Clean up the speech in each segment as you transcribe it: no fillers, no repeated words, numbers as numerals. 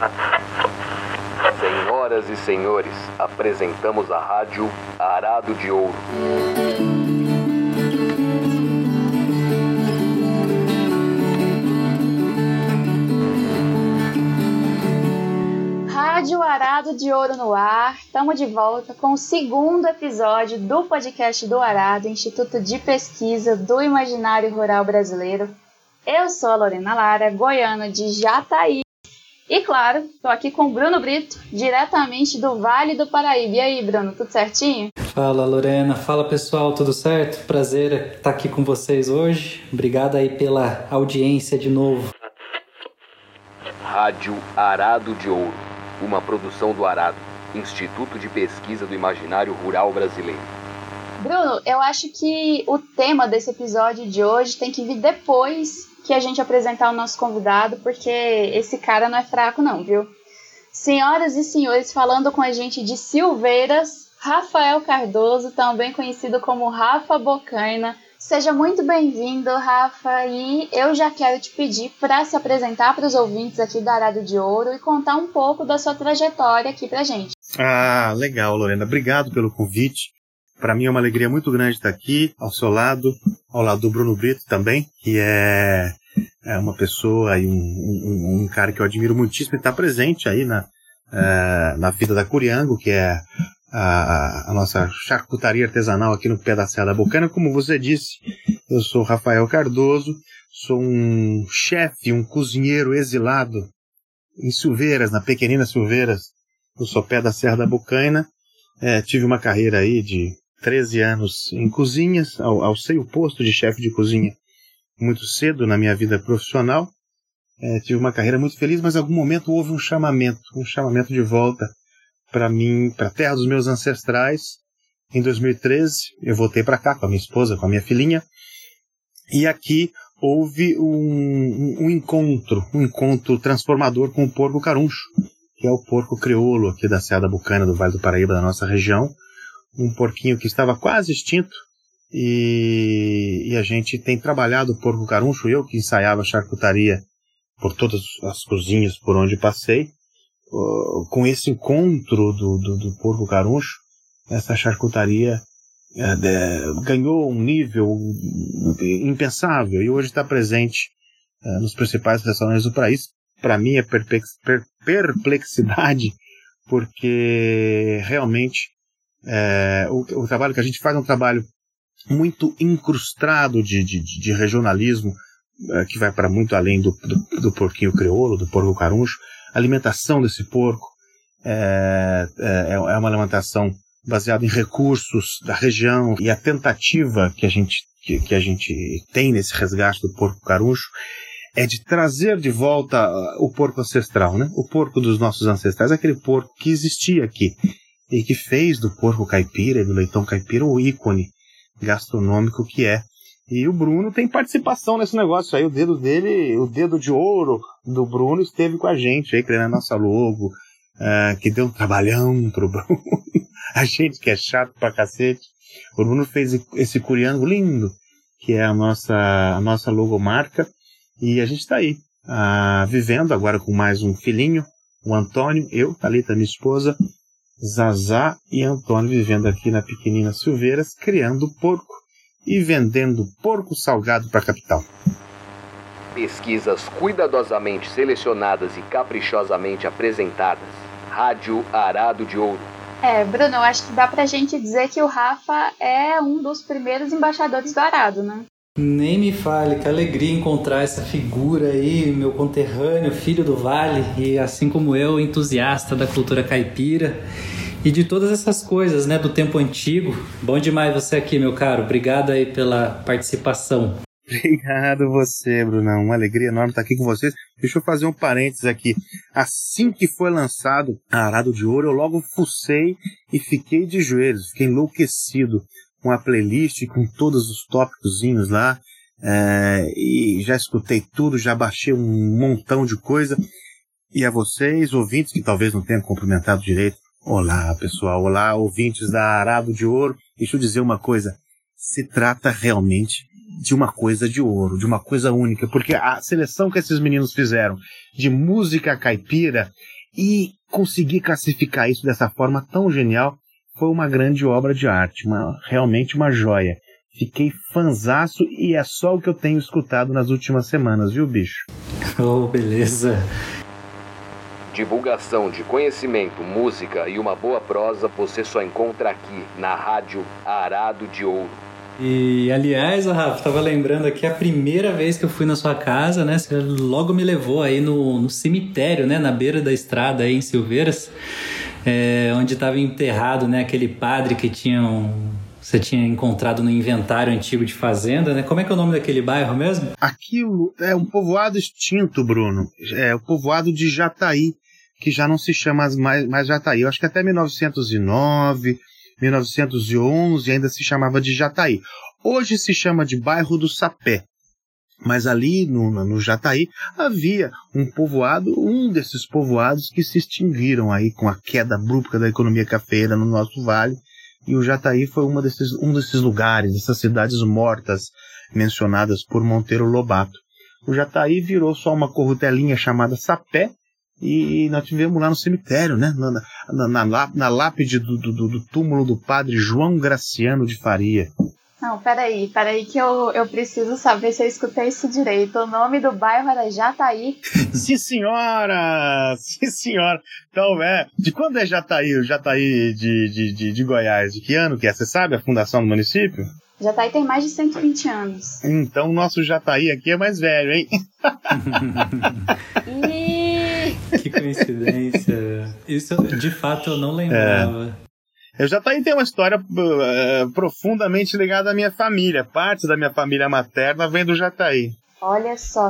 Senhoras e senhores, apresentamos a rádio Arado de Ouro. Rádio Arado de Ouro no ar, estamos de volta com o segundo episódio do podcast do Arado, Instituto de Pesquisa do Imaginário Rural Brasileiro. Eu sou a Lorena Lara, goiana de Jataí, e claro, estou aqui com o Bruno Brito, diretamente do Vale do Paraíba. E aí, Bruno, tudo certinho? Fala, Lorena. Fala, pessoal, tudo certo? Prazer estar aqui com vocês hoje. Obrigado aí pela audiência de novo. Rádio Arado de Ouro, uma produção do Arado, Instituto de Pesquisa do Imaginário Rural Brasileiro. Bruno, eu acho que o tema desse episódio de hoje tem que vir depois que a gente apresentar o nosso convidado, porque esse cara não é fraco não, viu? Senhoras e senhores, falando com a gente de Silveiras, Rafael Cardoso, também conhecido como Rafa Bocaina. Seja muito bem-vindo, Rafa, e eu já quero te pedir para se apresentar para os ouvintes aqui da Arado de Ouro e contar um pouco da sua trajetória aqui pra gente. Ah, legal, Lorena. Obrigado pelo convite. Para mim é uma alegria muito grande estar aqui, ao seu lado, ao lado do Bruno Brito também, que é uma pessoa e um cara que eu admiro muitíssimo e está presente aí na vida da Curiango, que é a nossa charcutaria artesanal aqui no pé da Serra da Bocaina. Como você disse, eu sou Rafael Cardoso, sou um chefe, um cozinheiro exilado em Silveiras, na pequenina Silveiras, no sopé da Serra da Bocaina. Tive uma carreira aí de 13 anos em cozinhas, alcei o posto de chefe de cozinha muito cedo na minha vida profissional. Tive uma carreira muito feliz, mas em algum momento houve um chamamento de volta para mim, para a terra dos meus ancestrais. Em 2013, eu voltei para cá com a minha esposa, com a minha filhinha, e aqui houve um encontro transformador com o porco caruncho, que é o porco crioulo aqui da Serra da Bocaina, do Vale do Paraíba, da nossa região. Um porquinho que estava quase extinto, e a gente tem trabalhado o porco caruncho, eu que ensaiava charcutaria por todas as cozinhas por onde passei. Com esse encontro do porco caruncho, essa charcutaria ganhou um nível impensável e hoje está presente nos principais restaurantes do país. Para mim é perplexidade, porque realmente o trabalho que a gente faz é um trabalho muito incrustado de regionalismo, que vai para muito além do porquinho crioulo, do porco caruncho. A alimentação desse porco é uma alimentação baseada em recursos da região, e a tentativa que a gente tem nesse resgate do porco caruncho é de trazer de volta o porco ancestral, né? O porco dos nossos ancestrais, aquele porco que existia aqui e que fez do porco caipira e do leitão caipira o ícone gastronômico que é. E o Bruno tem participação nesse negócio aí, o dedo dele, o dedo de ouro do Bruno esteve com a gente aí, criando a nossa logo, que deu um trabalhão pro Bruno. A gente que é chato pra cacete. O Bruno fez esse curiango lindo, que é a nossa logomarca, e a gente tá aí, vivendo agora com mais um filhinho, o Antônio, eu, Thalita, minha esposa, Zazá e Antônio, vivendo aqui na pequenina Silveiras, criando porco e vendendo porco salgado para a capital. Pesquisas cuidadosamente selecionadas e caprichosamente apresentadas. Rádio Arado de Ouro. Bruno, eu acho que dá pra gente dizer que o Rafa é um dos primeiros embaixadores do Arado, né? Nem me fale, que alegria encontrar essa figura aí, meu conterrâneo, filho do Vale, e assim como eu, entusiasta da cultura caipira e de todas essas coisas, né, do tempo antigo. Bom demais você aqui, meu caro. Obrigado aí pela participação. Obrigado você, Brunão. Uma alegria enorme estar aqui com vocês. Deixa eu fazer um parênteses aqui. Assim que foi lançado a Arado de Ouro, eu logo fucei e fiquei de joelhos. Fiquei enlouquecido com a playlist, com todos os tópicozinhos lá. E já escutei tudo, já baixei um montão de coisa. E a vocês, ouvintes, que talvez não tenham cumprimentado direito, olá, pessoal, olá, ouvintes da Arado de Ouro. Deixa eu dizer uma coisa, se trata realmente de uma coisa de ouro, de uma coisa única, porque a seleção que esses meninos fizeram de música caipira E conseguir classificar isso dessa forma tão genial foi uma grande obra de arte, realmente uma joia. Fiquei fanzaço e é só o que eu tenho escutado nas últimas semanas, viu, bicho? Oh, beleza. Divulgação de conhecimento, música e uma boa prosa você só encontra aqui, na Rádio Arado de Ouro. E, aliás, Rafa, tava lembrando aqui a primeira vez que eu fui na sua casa, né? Você logo me levou aí no cemitério, né? Na beira da estrada aí em Silveiras, onde estava enterrado, né? Aquele padre que você tinha encontrado no inventário antigo de fazenda, né? Como é que é o nome daquele bairro mesmo? Aquilo é um povoado extinto, Bruno. É o povoado de Jataí, que já não se chama mais Jataí. Eu acho que até 1909... 1911 ainda se chamava de Jataí. Hoje se chama de Bairro do Sapé. Mas ali no Jataí havia um desses povoados que se extinguiram aí com a queda abrupta da economia cafeeira no nosso vale. E o Jataí foi um desses lugares, dessas cidades mortas mencionadas por Monteiro Lobato. O Jataí virou só uma corrutelinha chamada Sapé. E nós tivemos lá no cemitério, né? Na lápide do túmulo do padre João Graciano de Faria. Não, peraí que eu preciso saber se eu escutei isso direito. O nome do bairro era Jataí. Sim, senhora! Sim, senhora! Então, de quando é Jataí? O Jataí de Goiás? De que ano que é? Você sabe a fundação do município? Jataí tem mais de 120 anos. Então o nosso Jataí aqui é mais velho, hein? Que coincidência. Isso, de fato, eu não lembrava. Eu Jataí tem uma história profundamente ligada à minha família. Parte da minha família materna vem do Jataí. Olha só,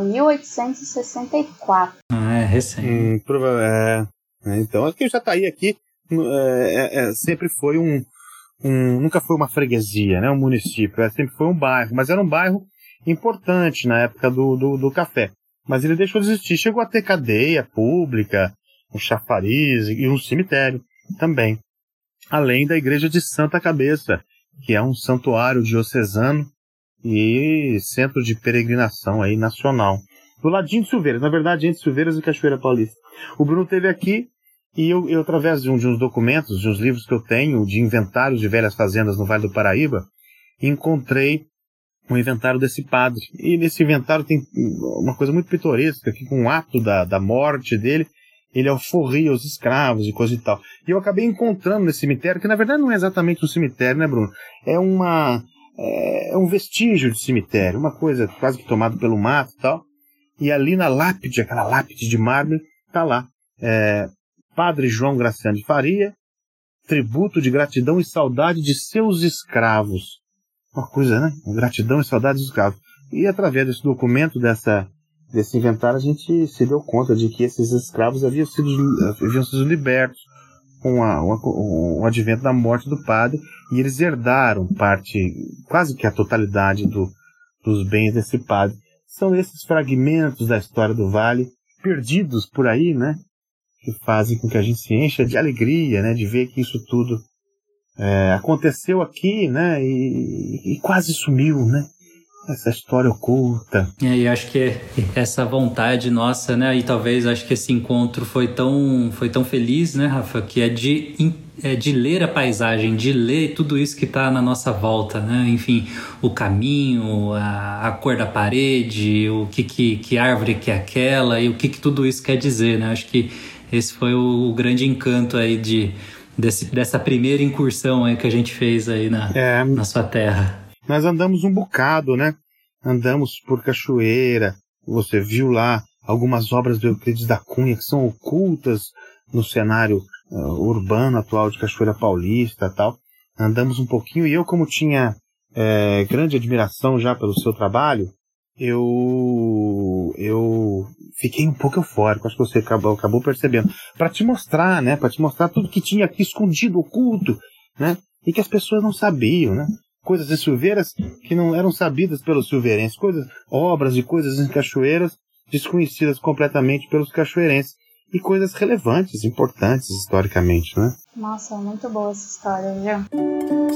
1864. É recente. Então, aqui o Jataí aqui sempre foi nunca foi uma freguesia, né, um município. Sempre foi um bairro, mas era um bairro importante na época do café. Mas ele deixou de existir. Chegou a ter cadeia pública, um chafariz e um cemitério também. Além da igreja de Santa Cabeça, que é um santuário diocesano e centro de peregrinação aí nacional. Do ladinho de Silveiras, na verdade, entre Silveiras e Cachoeira Paulista. O Bruno esteve aqui e eu através de uns documentos, de uns livros que eu tenho, de inventários de velhas fazendas no Vale do Paraíba, encontrei um inventário desse padre. E nesse inventário tem uma coisa muito pitoresca, que com o ato da morte dele, ele alforria os escravos e coisa e tal. E eu acabei encontrando nesse cemitério, que na verdade não é exatamente um cemitério, né, Bruno? É um vestígio de cemitério, uma coisa quase que tomada pelo mato e tal. E ali na lápide, aquela lápide de mármore, tá lá. Padre João Graciano de Faria, tributo de gratidão e saudade de seus escravos. Uma coisa, né? Gratidão e saudade dos escravos. E através desse documento, desse inventário, a gente se deu conta de que esses escravos haviam sido libertos com o advento da morte do padre, e eles herdaram quase que a totalidade dos bens desse padre. São esses fragmentos da história do Vale, perdidos por aí, né? Que fazem com que a gente se encha de alegria, né? De ver que isso tudo aconteceu aqui, né? E quase sumiu, né? Essa história oculta. E acho que essa vontade nossa, né? E talvez acho que esse encontro foi tão feliz, né, Rafa? Que é de ler a paisagem, de ler tudo isso que está na nossa volta, né? Enfim, o caminho, a cor da parede, o que árvore que é aquela e o que tudo isso quer dizer, né? Acho que esse foi o grande encanto aí dessa primeira incursão aí que a gente fez aí na sua terra. Nós andamos um bocado, né? Andamos por Cachoeira, você viu lá algumas obras do Euclides da Cunha que são ocultas no cenário urbano atual de Cachoeira Paulista e tal. Andamos um pouquinho e eu, como tinha grande admiração já pelo seu trabalho, eu fiquei um pouco eufórico, acho que você acabou percebendo, para te mostrar, né? Para te mostrar tudo que tinha aqui escondido, oculto, né? E que as pessoas não sabiam, né? Coisas em Silveiras que não eram sabidas pelos silveirenses, obras e coisas em Cachoeiras desconhecidas completamente pelos cachoeirenses, e coisas relevantes, importantes historicamente, né? Nossa, muito boa essa história, viu?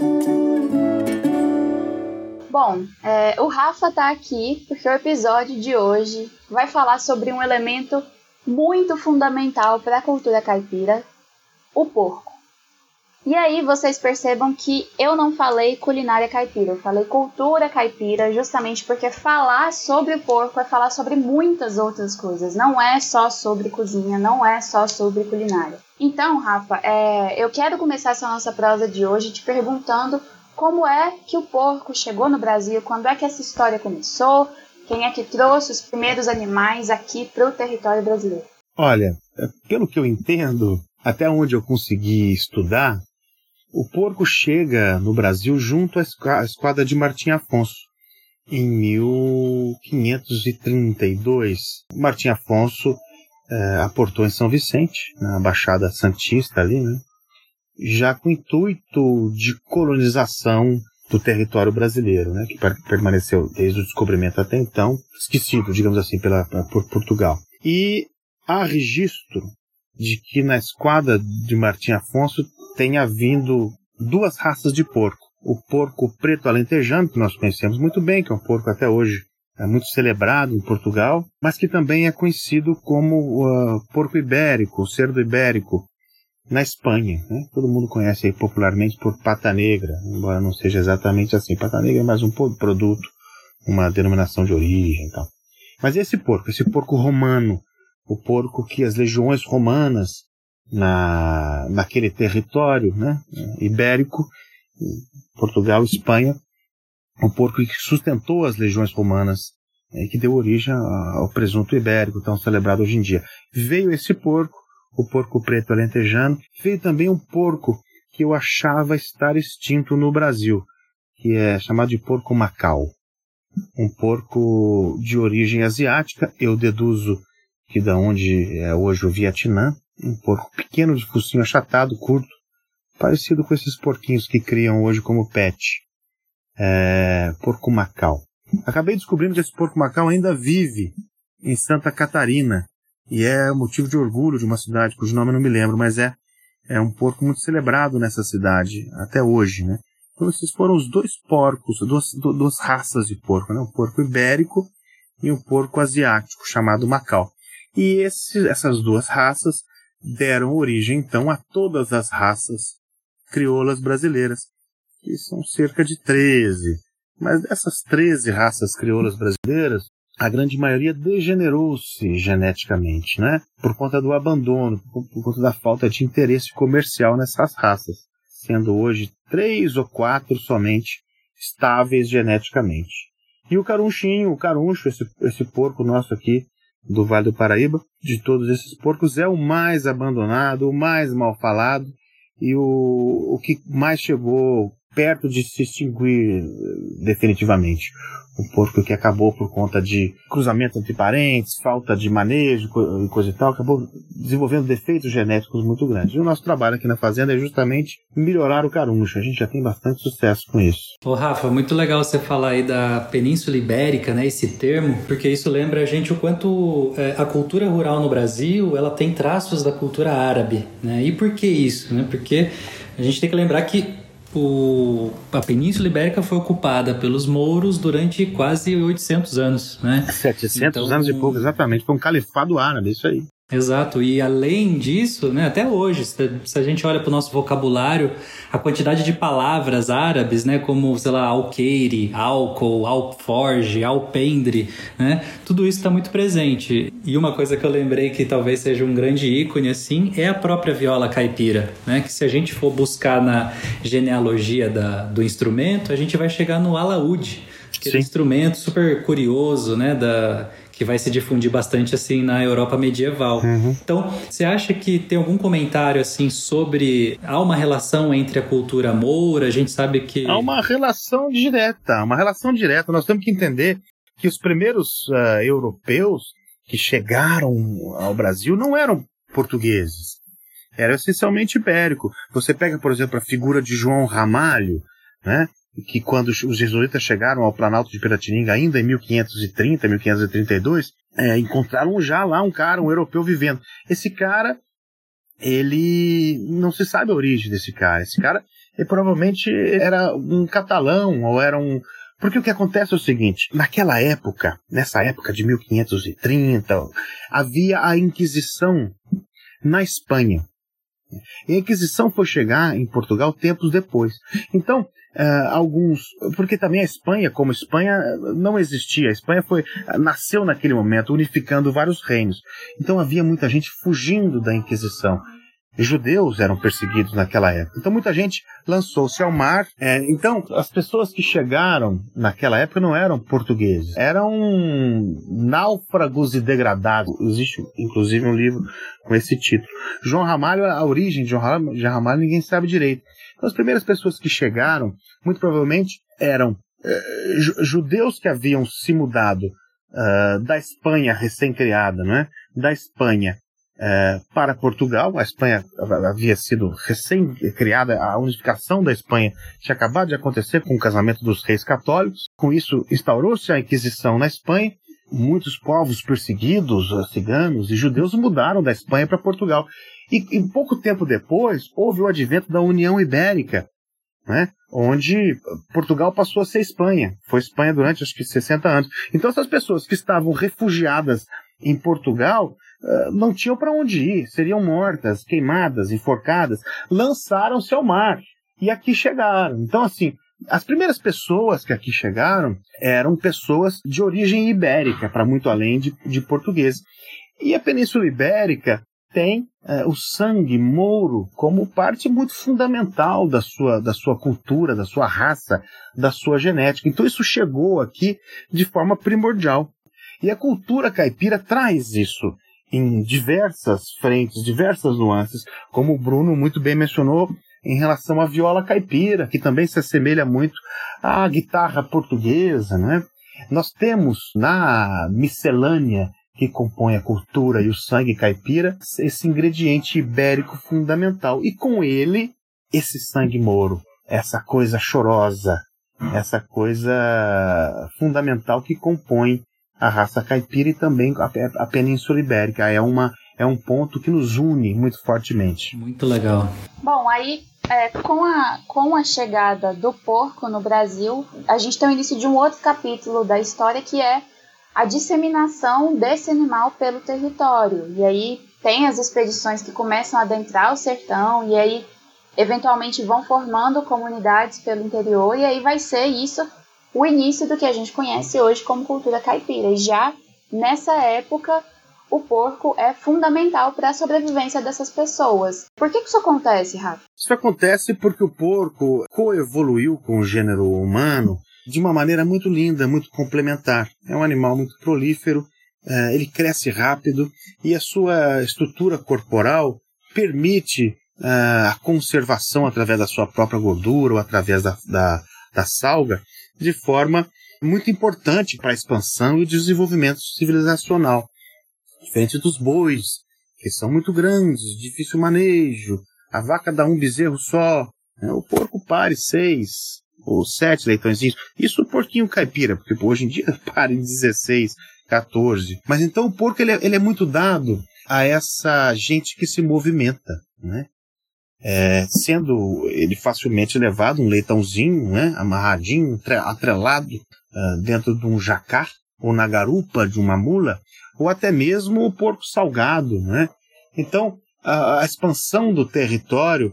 Bom, o Rafa tá aqui porque o episódio de hoje vai falar sobre um elemento muito fundamental para a cultura caipira, o porco. E aí vocês percebam que eu não falei culinária caipira, eu falei cultura caipira, justamente porque falar sobre o porco é falar sobre muitas outras coisas, não é só sobre cozinha, não é só sobre culinária. Então, Rafa, eu quero começar essa nossa prosa de hoje te perguntando como é que o porco chegou no Brasil, quando é que essa história começou, quem é que trouxe os primeiros animais aqui para o território brasileiro. Olha, pelo que eu entendo, até onde eu consegui estudar, o porco chega no Brasil junto à esquadra de Martim Afonso, em 1532. Martim Afonso aportou em São Vicente, na Baixada Santista ali, né? Já com o intuito de colonização do território brasileiro, né? Que permaneceu desde o descobrimento até então, esquecido, digamos assim, por Portugal. E há registro de que na esquadra de Martim Afonso tenha havido duas raças de porco. O porco preto alentejano, que nós conhecemos muito bem, que é um porco até hoje muito celebrado em Portugal, mas que também é conhecido como porco ibérico, cerdo ibérico, na Espanha, né? Todo mundo conhece aí popularmente por pata negra, embora não seja exatamente assim. Pata negra é mais um produto, uma denominação de origem e tal. Mas esse porco romano, o porco que as legiões romanas naquele território, né, ibérico, Portugal, Espanha, o porco que sustentou as legiões romanas e que deu origem ao presunto ibérico, tão celebrado hoje em dia. Veio esse porco, o porco preto alentejano, veio também um porco que eu achava estar extinto no Brasil, que é chamado de porco Macau. Um porco de origem asiática, eu deduzo que da onde é hoje o Vietnã, um porco pequeno de focinho achatado, curto, parecido com esses porquinhos que criam hoje como pet. Porco Macau. Acabei descobrindo que esse porco Macau ainda vive em Santa Catarina, e é motivo de orgulho de uma cidade cujo nome eu não me lembro, mas é um porco muito celebrado nessa cidade, até hoje, né? Então esses foram os dois porcos, duas raças de porco, né? Um porco ibérico e um porco asiático, chamado Macau. E essas duas raças deram origem, então, a todas as raças crioulas brasileiras, que são cerca de 13. Mas dessas 13 raças crioulas brasileiras, a grande maioria degenerou-se geneticamente, né? Por conta do abandono, por conta da falta de interesse comercial nessas raças, sendo hoje 3 ou 4 somente estáveis geneticamente. E o carunchinho, o caruncho, esse porco nosso aqui do Vale do Paraíba, de todos esses porcos, é o mais abandonado, o mais mal falado e o que mais chegou perto de se extinguir definitivamente. Um porco que acabou por conta de cruzamento entre parentes, falta de manejo e coisa e tal, acabou desenvolvendo defeitos genéticos muito grandes. E o nosso trabalho aqui na fazenda é justamente melhorar o caruncho. A gente já tem bastante sucesso com isso. Ô Rafa, muito legal você falar aí da Península Ibérica, né, esse termo, porque isso lembra a gente o quanto a cultura rural no Brasil, ela tem traços da cultura árabe, né? E por que isso? Né? Porque a gente tem que lembrar que a Península Ibérica foi ocupada pelos mouros durante quase 800 anos, né? 700 anos e pouco, exatamente. Foi um califado árabe, isso aí. Exato, e além disso, né, até hoje, se a gente olha para o nosso vocabulário, a quantidade de palavras árabes, né, como, sei lá, alqueire, álcool, alforge, alpendre, né, tudo isso está muito presente. E uma coisa que eu lembrei que talvez seja um grande ícone, assim, é a própria viola caipira, né, que se a gente for buscar na genealogia do instrumento, a gente vai chegar no alaúde, que é um instrumento super curioso, né, que vai se difundir bastante assim na Europa medieval. Uhum. Então, você acha que tem algum comentário assim sobre... Há uma relação entre a cultura moura? A gente sabe que... Há uma relação direta, Nós temos que entender que os primeiros europeus que chegaram ao Brasil não eram portugueses. Era essencialmente ibérico. Você pega, por exemplo, a figura de João Ramalho, né? Que quando os jesuítas chegaram ao Planalto de Piratininga, ainda em 1530, 1532, encontraram já lá um europeu vivendo. Esse cara, ele não se sabe a origem desse cara. Esse cara, ele provavelmente era um catalão, ou era um Porque o que acontece é o seguinte, nessa época de 1530, havia a Inquisição na Espanha. E a Inquisição foi chegar em Portugal tempos depois. Então, porque também a Espanha, como Espanha, não existia. A Espanha nasceu naquele momento, unificando vários reinos. Então havia muita gente fugindo da Inquisição. Judeus eram perseguidos naquela época. Então muita gente lançou-se ao mar. Então as pessoas que chegaram naquela época não eram portugueses. Eram náufragos e degradados. Existe inclusive um livro com esse título. João Ramalho, a origem de João Ramalho ninguém sabe direito. Então as primeiras pessoas que chegaram, muito provavelmente, eram judeus que haviam se mudado da Espanha recém-criada, não é? Da Espanha para Portugal. A Espanha havia sido recém-criada, a unificação da Espanha tinha acabado de acontecer com o casamento dos reis católicos. Com isso, instaurou-se a Inquisição na Espanha. Muitos povos perseguidos, ciganos e judeus, mudaram da Espanha para Portugal. E pouco tempo depois, houve o advento da União Ibérica, né? Onde Portugal passou a ser Espanha. Foi Espanha durante, acho que, 60 anos. Então, essas pessoas que estavam refugiadas em Portugal não tinham para onde ir, seriam mortas, queimadas, enforcadas, lançaram-se ao mar e aqui chegaram. Então, assim, as primeiras pessoas que aqui chegaram eram pessoas de origem ibérica, para muito além de portugueses. E a Península Ibérica tem o sangue mouro como parte muito fundamental da sua cultura, da sua raça, da sua genética. Então isso chegou aqui de forma primordial. E a cultura caipira traz isso em diversas frentes, diversas nuances, como o Bruno muito bem mencionou em relação à viola caipira, que também se assemelha muito à guitarra portuguesa, né? Nós temos na miscelânea que compõe a cultura e o sangue caipira esse ingrediente ibérico fundamental, e com ele esse sangue mouro, essa coisa chorosa, essa coisa fundamental que compõe a raça caipira e também a Península Ibérica. É um ponto que nos une muito fortemente. Muito legal. Bom, aí com a chegada do porco no Brasil, a gente tem o início de um outro capítulo da história, que é a disseminação desse animal pelo território. E aí tem as expedições que começam a adentrar o sertão, e aí eventualmente vão formando comunidades pelo interior, e aí vai ser isso o início do que a gente conhece hoje como cultura caipira. E já nessa época, o porco é fundamental para a sobrevivência dessas pessoas. Por que isso acontece, Rafa? Isso acontece porque o porco coevoluiu com o gênero humano de uma maneira muito linda, muito complementar. É um animal muito prolífero, ele cresce rápido e a sua estrutura corporal permite a conservação através da sua própria gordura ou através da salga, de forma muito importante para a expansão e o desenvolvimento civilizacional. Diferente dos bois, que são muito grandes, difícil manejo, a vaca dá um bezerro só, o porco pare 6 ou 7 leitõezinhos. Isso o porquinho caipira, porque hoje em dia para em 16, 14. Mas então o porco ele é muito dado a essa gente que se movimenta, né? Sendo ele facilmente levado, um leitãozinho, né, amarradinho, atrelado dentro de um jacá ou na garupa de uma mula, ou até mesmo o porco salgado, né? Então a expansão do território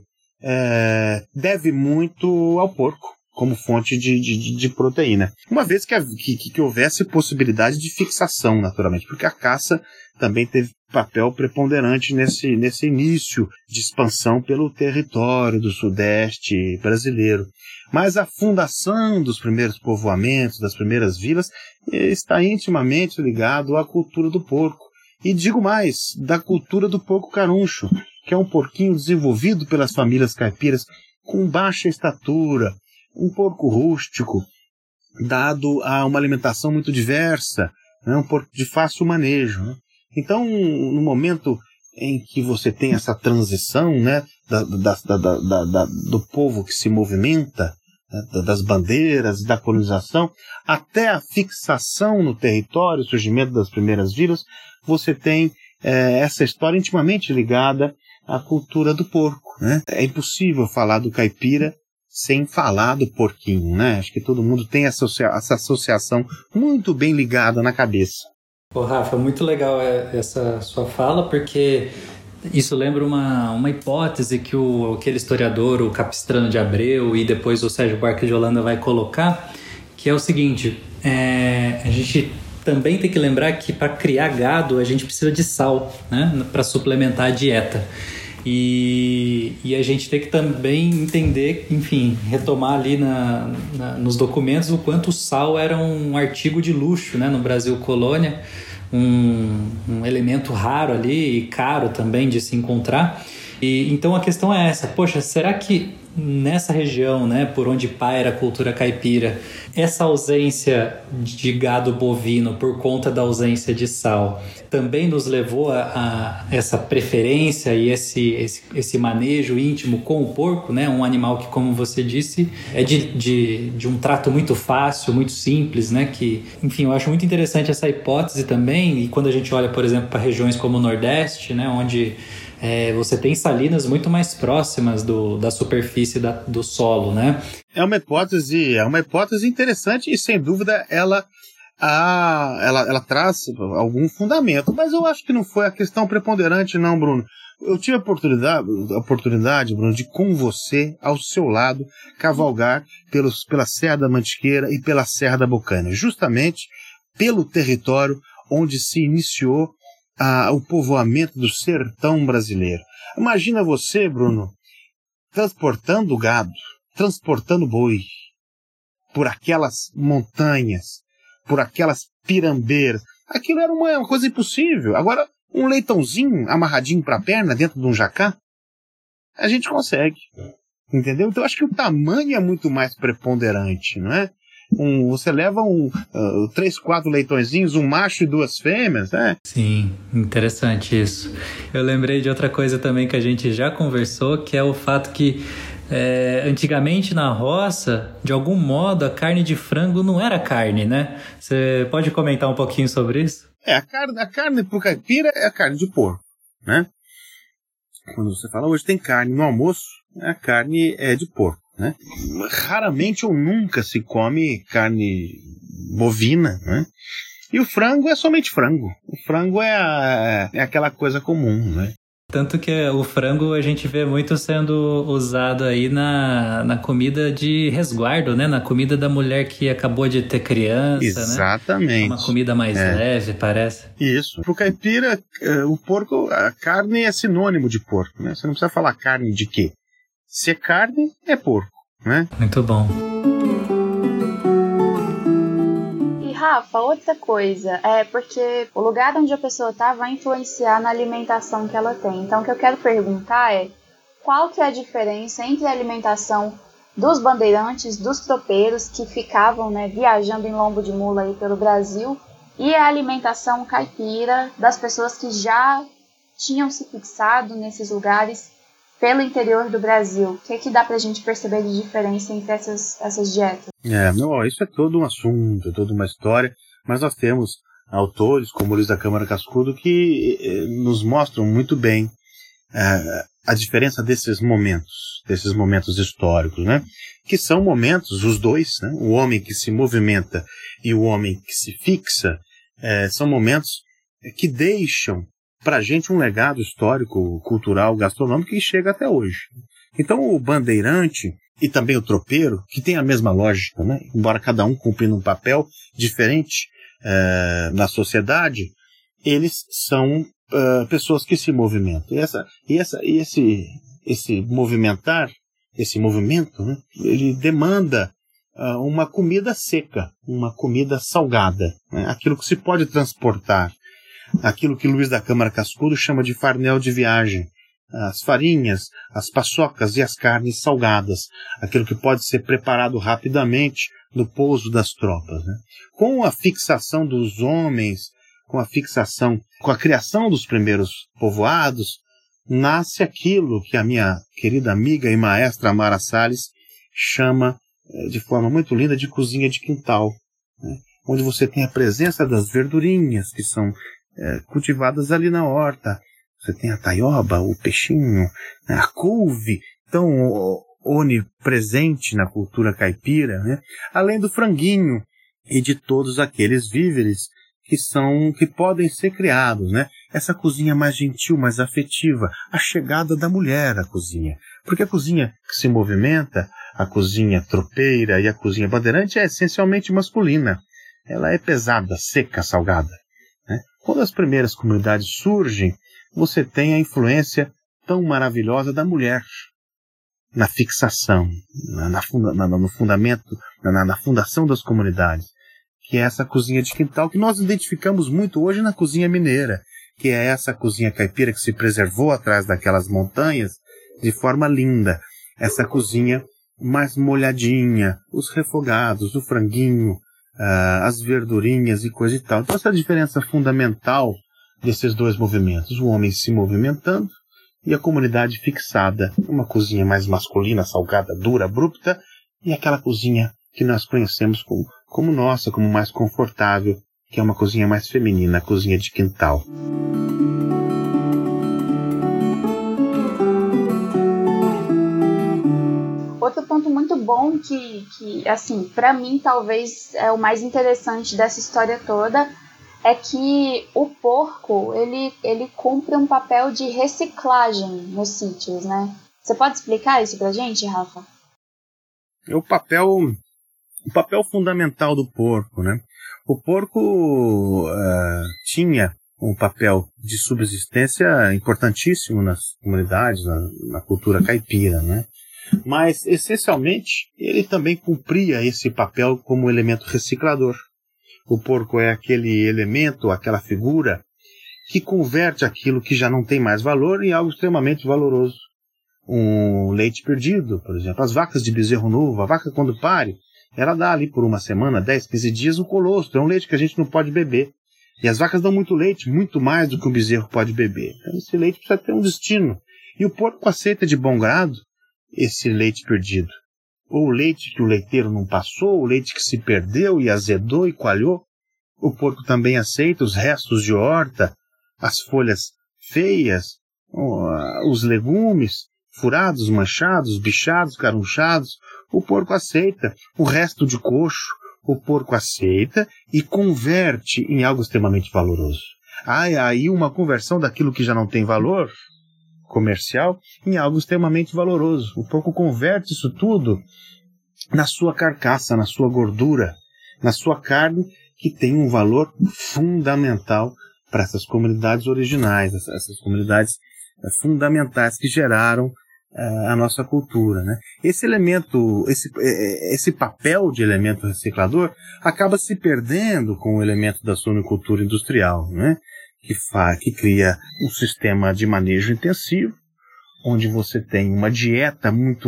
deve muito ao porco como fonte de proteína, uma vez que houvesse possibilidade de fixação, naturalmente, porque a caça também teve papel preponderante nesse início de expansão pelo território do Sudeste brasileiro. Mas a fundação dos primeiros povoamentos, das primeiras vilas, está intimamente ligado à cultura do porco. E digo mais, da cultura do porco caruncho, que é um porquinho desenvolvido pelas famílias caipiras com baixa estatura, um porco rústico, dado a uma alimentação muito diversa, né, um porco de fácil manejo, né? Então, no momento em que você tem essa transição, né, do povo que se movimenta, né, das bandeiras, da colonização, até a fixação no território, o surgimento das primeiras vilas, você tem essa história intimamente ligada à cultura do porco, né? É impossível falar do caipira sem falar do porquinho, né? Acho que todo mundo tem essa associação muito bem ligada na cabeça. Pô, Rafa, muito legal essa sua fala, porque isso lembra uma hipótese que aquele historiador, o Capistrano de Abreu, e depois o Sérgio Buarque de Holanda vai colocar, que é o seguinte, a gente também tem que lembrar que para criar gado a gente precisa de sal, né? Para suplementar a dieta. E a gente tem que também entender, enfim, retomar ali nos documentos o quanto o sal era um artigo de luxo, né, no Brasil colônia, um elemento raro ali e caro também de se encontrar. E então a questão é essa, poxa, será que nessa região, né, por onde paira a cultura caipira, essa ausência de gado bovino por conta da ausência de sal também nos levou a essa preferência e esse manejo íntimo com o porco, né? Um animal que, como você disse, é de um trato muito fácil, muito simples, né? Que, enfim, eu acho muito interessante essa hipótese também. E quando a gente olha, por exemplo, para regiões como o Nordeste, né? Onde você tem salinas muito mais próximas da superfície do solo, né? É uma hipótese interessante e, sem dúvida, ela traz algum fundamento, mas eu acho que não foi a questão preponderante, não, Bruno. Eu tive a oportunidade, Bruno, de com você, ao seu lado, cavalgar pela Serra da Mantiqueira e pela Serra da Bocaina, justamente pelo território onde se iniciou o povoamento do sertão brasileiro. Imagina você, Bruno, transportando gado, transportando boi por aquelas montanhas, por aquelas pirambeiras. Aquilo era uma coisa impossível. Agora, um leitãozinho amarradinho para a perna dentro de um jacá, a gente consegue. Entendeu? Então, acho que o tamanho é muito mais preponderante, não é? Você leva 3, 4 leitõezinhos, um macho e 2 fêmeas, né? Sim, interessante isso. Eu lembrei de outra coisa também que a gente já conversou, que é o fato que antigamente na roça, de algum modo, a carne de frango não era carne, né? Você pode comentar um pouquinho sobre isso? A carne pro caipira é a carne de porco, né? Quando você fala, hoje tem carne no almoço, a carne é de porco, né? Raramente ou nunca se come carne bovina, né? E o frango é somente frango. O frango é aquela coisa comum, né? Tanto que o frango a gente vê muito sendo usado aí na comida de resguardo, né? Na comida da mulher que acabou de ter criança, exatamente, né? Uma comida mais leve, parece. Isso. Pro caipira, o porco, a carne é sinônimo de porco, né? Você não precisa falar carne de quê? Se é carne, é porco, né? Muito bom. Rafa, outra coisa, porque o lugar onde a pessoa está vai influenciar na alimentação que ela tem. Então, o que eu quero perguntar é qual que é a diferença entre a alimentação dos bandeirantes, dos tropeiros que ficavam, né, viajando em lombo de mula aí pelo Brasil, e a alimentação caipira das pessoas que já tinham se fixado nesses lugares pelo interior do Brasil. O que dá pra gente perceber de diferença entre essas dietas? Isso é todo um assunto, toda uma história, mas nós temos autores como Luiz da Câmara Cascudo que nos mostram muito bem a diferença desses momentos históricos, né? Que são momentos, os dois, né? O homem que se movimenta e o homem que se fixa, são momentos que deixam para a gente um legado histórico, cultural, gastronômico que chega até hoje. Então o bandeirante e também o tropeiro, que tem a mesma lógica, né? Embora cada um cumprindo um papel diferente na sociedade, eles são pessoas que se movimentam. Esse movimento, né? Ele demanda uma comida seca, uma comida salgada, né? Aquilo que se pode transportar. Aquilo que Luiz da Câmara Cascudo chama de farnel de viagem, as farinhas, as paçocas e as carnes salgadas, aquilo que pode ser preparado rapidamente no pouso das tropas, né? Com a fixação dos homens, com a criação dos primeiros povoados, nasce aquilo que a minha querida amiga e maestra Amara Salles chama de forma muito linda de cozinha de quintal, né? Onde você tem a presença das verdurinhas que são cultivadas ali na horta. Você tem a taioba, o peixinho, a couve. Então, onipresente na cultura caipira, né? Além do franguinho e de todos aqueles víveres que podem ser criados, né? Essa cozinha mais gentil, mais afetiva, a chegada da mulher à cozinha. Porque a cozinha que se movimenta, a cozinha tropeira e a cozinha bandeirante é essencialmente masculina. Ela é pesada, seca, salgada, né? Quando as primeiras comunidades surgem, você tem a influência tão maravilhosa da mulher na fixação, no fundamento, na fundação das comunidades, que é essa cozinha de quintal que nós identificamos muito hoje na cozinha mineira, que é essa cozinha caipira que se preservou atrás daquelas montanhas de forma linda, essa cozinha mais molhadinha, os refogados, o franguinho, as verdurinhas e coisa e tal. Então essa é a diferença fundamental desses dois movimentos, o homem se movimentando e a comunidade fixada, uma cozinha mais masculina, salgada, dura, abrupta, e aquela cozinha que nós conhecemos como nossa, como mais confortável, que é uma cozinha mais feminina, a cozinha de quintal. Outro ponto muito bom que assim, para mim talvez é o mais interessante dessa história toda, é que o porco, ele cumpre um papel de reciclagem nos sítios, né? Você pode explicar isso pra gente, Rafa? É o papel fundamental do porco, né? O porco tinha um papel de subsistência importantíssimo nas comunidades, na cultura caipira, né? Mas, essencialmente, ele também cumpria esse papel como elemento reciclador. O porco é aquele elemento, aquela figura que converte aquilo que já não tem mais valor em algo extremamente valoroso. Um leite perdido, por exemplo. As vacas de bezerro novo, a vaca quando pare, ela dá ali por uma semana, 10, 15 dias, o colostro. É um leite que a gente não pode beber. E as vacas dão muito leite, muito mais do que um bezerro pode beber. Então esse leite precisa ter um destino. E o porco aceita de bom grado esse leite perdido. Ou o leite que o leiteiro não passou, o leite que se perdeu e azedou e coalhou. O porco também aceita os restos de horta, as folhas feias, os legumes furados, manchados, bichados, carunchados. O porco aceita o resto de coxo. O porco aceita e converte em algo extremamente valoroso. Aí uma conversão daquilo que já não tem valor comercial em algo extremamente valoroso. O porco converte isso tudo na sua carcaça, na sua gordura, na sua carne, que tem um valor fundamental para essas comunidades originais, essas comunidades fundamentais que geraram a nossa cultura, né? Esse elemento, esse papel de elemento reciclador acaba se perdendo com o elemento da suinocultura industrial, né? Que cria um sistema de manejo intensivo, onde você tem uma dieta muito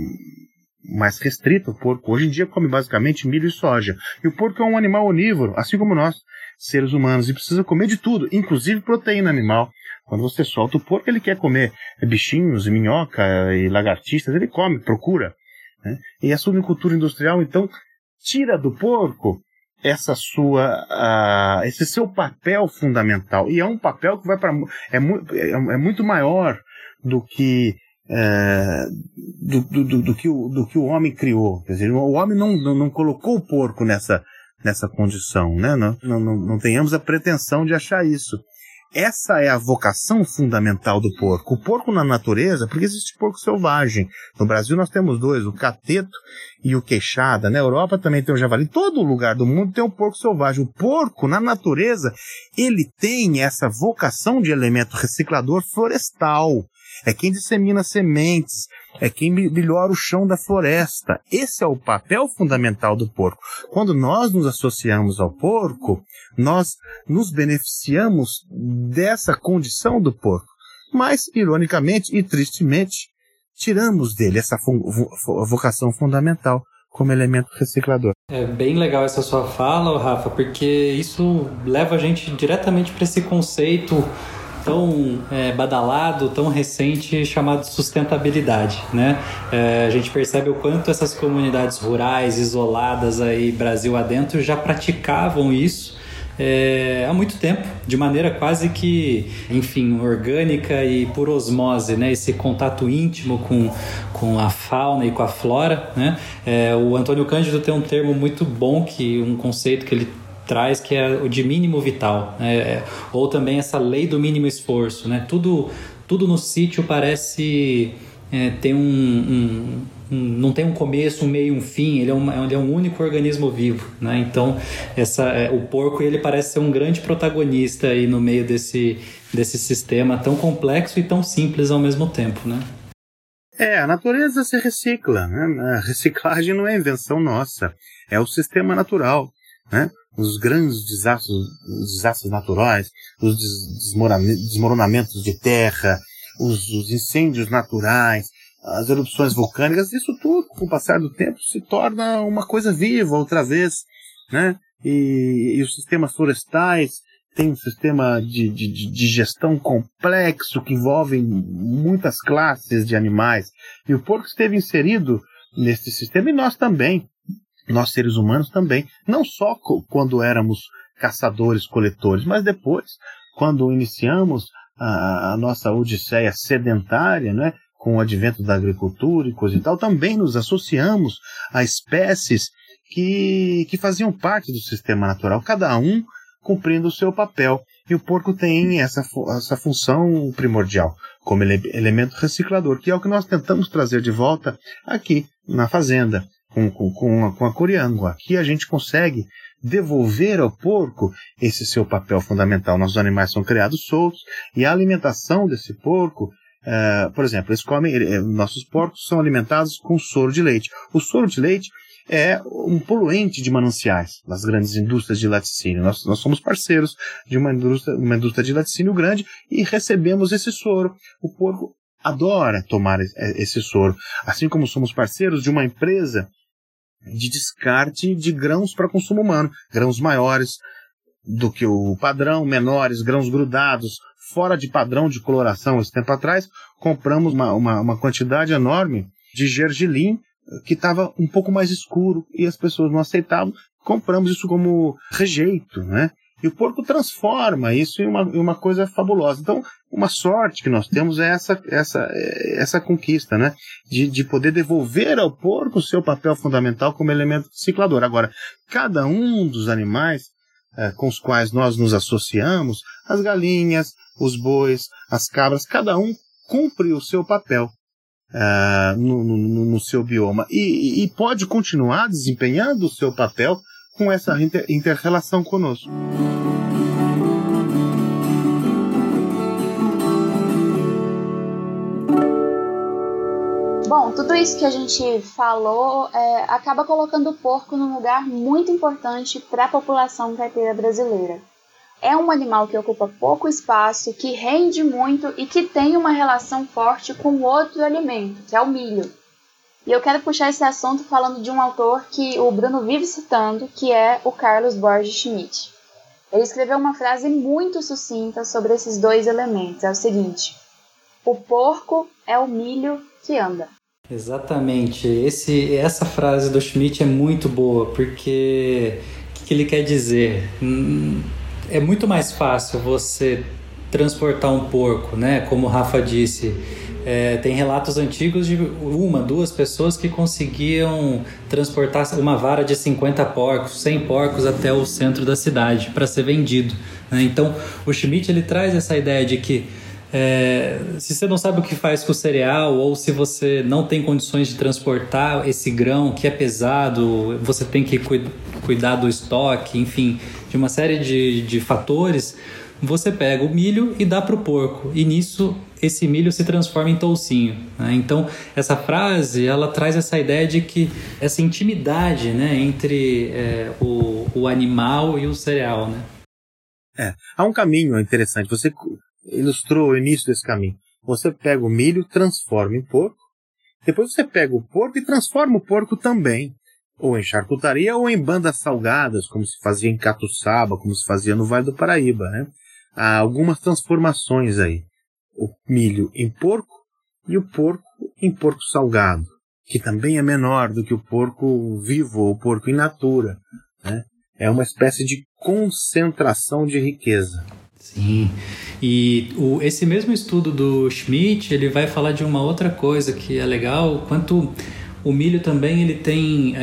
mais restrita. O porco hoje em dia come basicamente milho e soja. E o porco é um animal onívoro, assim como nós, seres humanos, e precisa comer de tudo, inclusive proteína animal. Quando você solta o porco, ele quer comer bichinhos, minhoca e lagartixas, ele come, procura, né? E a suinocultura industrial, então, tira do porco esse seu papel fundamental. E é um papel que vai para é muito maior do que do que o homem criou. Quer dizer, o homem não colocou o porco nessa condição, né? Não tenhamos a pretensão de achar isso. Essa é a vocação fundamental do porco. O porco na natureza, porque existe porco selvagem. No Brasil nós temos dois, o cateto e o queixada. Na Europa também tem o javali. Em todo lugar do mundo tem um porco selvagem. O porco, na natureza, ele tem essa vocação de elemento reciclador florestal. É quem dissemina sementes, é quem melhora o chão da floresta. Esse é o papel fundamental do porco. Quando nós nos associamos ao porco, nós nos beneficiamos dessa condição do porco. Mas, ironicamente e tristemente, tiramos dele essa vocação fundamental como elemento reciclador. É bem legal essa sua fala, Rafa, porque isso leva a gente diretamente para esse conceito tão badalado, tão recente, chamado sustentabilidade, né? A gente percebe o quanto essas comunidades rurais, isoladas aí, Brasil adentro, já praticavam isso há muito tempo, de maneira quase que, enfim, orgânica e por osmose, né? Esse contato íntimo com a fauna e com a flora, né? O Antônio Cândido tem um termo muito bom, um conceito que ele traz, que é o de mínimo vital, né? Ou também essa lei do mínimo esforço, né? Tudo no sítio parece ter não tem um começo, um meio, um fim. Ele é um único organismo vivo, né? Então o porco, ele parece ser um grande protagonista aí no meio desse sistema tão complexo e tão simples ao mesmo tempo, né? A natureza se recicla, né? A reciclagem não é invenção nossa, é o sistema natural, né? Os grandes desastres naturais, os desmoronamentos de terra, os incêndios naturais, as erupções vulcânicas, isso tudo, com o passar do tempo, se torna uma coisa viva outra vez, né? E os sistemas florestais têm um sistema de gestão complexo que envolve muitas classes de animais. E o porco esteve inserido nesse sistema, e nós também. Nós, seres humanos, também. Não só quando éramos caçadores-coletores, mas depois, quando iniciamos a nossa odisseia sedentária, né, com o advento da agricultura e coisa e tal, também nos associamos a espécies que faziam parte do sistema natural, cada um cumprindo o seu papel. E o porco tem essa função primordial, como elemento reciclador, que é o que nós tentamos trazer de volta aqui na fazenda, com a Coriangua. Aqui a gente consegue devolver ao porco esse seu papel fundamental. Nossos animais são criados soltos, e a alimentação desse porco, por exemplo, nossos porcos são alimentados com soro de leite. O soro de leite é um poluente de mananciais das grandes indústrias de laticínio. Nós somos parceiros de uma indústria de laticínio grande e recebemos esse soro. O porco adora tomar esse soro, assim como somos parceiros de uma empresa de descarte de grãos para consumo humano, grãos maiores do que o padrão, menores, grãos grudados, fora de padrão de coloração. Esse tempo atrás, compramos uma quantidade enorme de gergelim que estava um pouco mais escuro e as pessoas não aceitavam. Compramos isso como rejeito, né? E o porco transforma isso em uma coisa fabulosa. Então, uma sorte que nós temos é essa conquista, né? De poder devolver ao porco o seu papel fundamental como elemento reciclador. Agora, cada um dos animais com os quais nós nos associamos, as galinhas, os bois, as cabras, cada um cumpre o seu papel no seu bioma e pode continuar desempenhando o seu papel com essa inter-relação conosco. Bom, tudo isso que a gente falou acaba colocando o porco num lugar muito importante para a população caipira brasileira. É um animal que ocupa pouco espaço, que rende muito e que tem uma relação forte com outro alimento, que é o milho. E eu quero puxar esse assunto falando de um autor que o Bruno vive citando, que é o Carlos Borges Schmidt. Ele escreveu uma frase muito sucinta sobre esses dois elementos. É o seguinte: o porco é o milho que anda. Exatamente. Essa frase do Schmidt é muito boa, porque o que ele quer dizer? É muito mais fácil você transportar um porco, né? Como o Rafa disse, tem relatos antigos de duas pessoas que conseguiam transportar uma vara de 50 porcos, 100 porcos até o centro da cidade para ser vendido, né? Então, o Schmidt, ele traz essa ideia de que se você não sabe o que faz com o cereal, ou se você não tem condições de transportar esse grão que é pesado, você tem que cuidar do estoque, enfim, de uma série de fatores, você pega o milho e dá para o porco, e nisso esse milho se transforma em toucinho, né? Então essa frase, ela traz essa ideia de que essa intimidade, né, entre o animal e o cereal, né? Há um caminho interessante. Você ilustrou o início desse caminho. Você pega o milho, transforma em porco, depois você pega o porco e transforma o porco também, ou em charcutaria ou em bandas salgadas, como se fazia em Catuçaba, como se fazia no Vale do Paraíba, né? Há algumas transformações aí. O milho em porco e o porco em porco salgado, que também é menor do que o porco vivo ou o porco in natura, né? É uma espécie de concentração de riqueza. Sim, e esse mesmo estudo do Schmidt, ele vai falar de uma outra coisa que é legal, quanto o milho também ele tem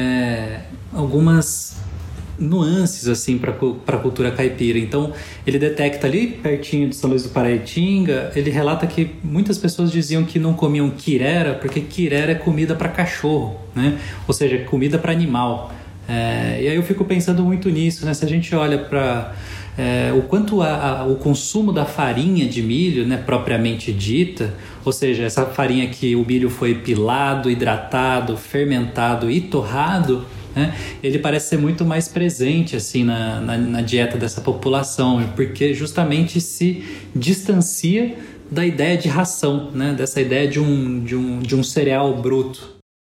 algumas nuances assim para a cultura caipira. Então ele detecta ali pertinho de São Luís do Paraitinga, ele relata que muitas pessoas diziam que não comiam quirera porque quirera é comida para cachorro, né? Ou seja, comida para animal. E aí eu fico pensando muito nisso, né? Se a gente olha para o quanto o consumo da farinha de milho, né, propriamente dita, ou seja, essa farinha que o milho foi pilado, hidratado, fermentado e torrado, né, ele parece ser muito mais presente assim, na dieta dessa população, porque justamente se distancia da ideia de ração, né, dessa ideia de um cereal bruto.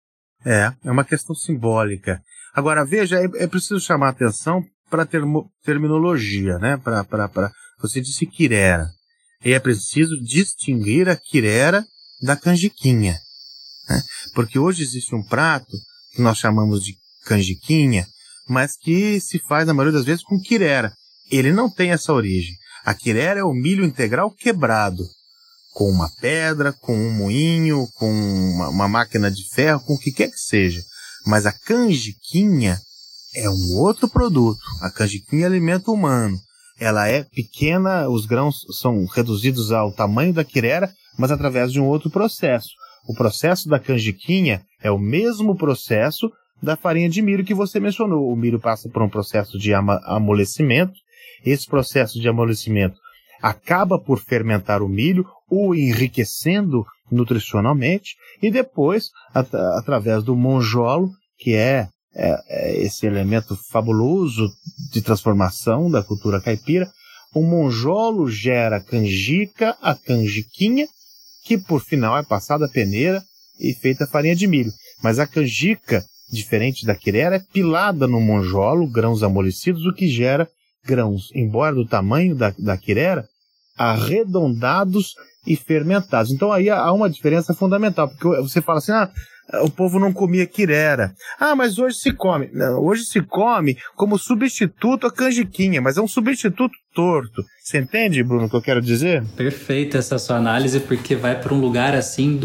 É uma questão simbólica. Agora, veja, é preciso chamar a atenção para a terminologia, né? Você disse quirera. E é preciso distinguir a quirera da canjiquinha, né? Porque hoje existe um prato que nós chamamos de canjiquinha, mas que se faz, na maioria das vezes, com quirera. Ele não tem essa origem. A quirera é o milho integral quebrado, com uma pedra, com um moinho, com uma máquina de ferro, com o que quer que seja. Mas a canjiquinha é um outro produto. A canjiquinha é alimento humano. Ela é pequena, os grãos são reduzidos ao tamanho da quirera, mas através de um outro processo. O processo da canjiquinha é o mesmo processo da farinha de milho que você mencionou. O milho passa por um processo de amolecimento. Esse processo de amolecimento acaba por fermentar o milho, o enriquecendo nutricionalmente, e depois, através do monjolo, que é esse elemento fabuloso de transformação da cultura caipira, o monjolo gera a canjica, a canjiquinha, que por final é passada a peneira e feita a farinha de milho. Mas a canjica, diferente da quirera, é pilada no monjolo, grãos amolecidos, o que gera grãos, embora do tamanho da quirera, arredondados e fermentados. Então aí há uma diferença fundamental, porque você fala assim, o povo não comia quirera. Mas hoje se come. Não, hoje se come como substituto à canjiquinha, mas é um substituto torto. Você entende, Bruno, o que eu quero dizer? Perfeita essa sua análise, porque vai para um lugar assim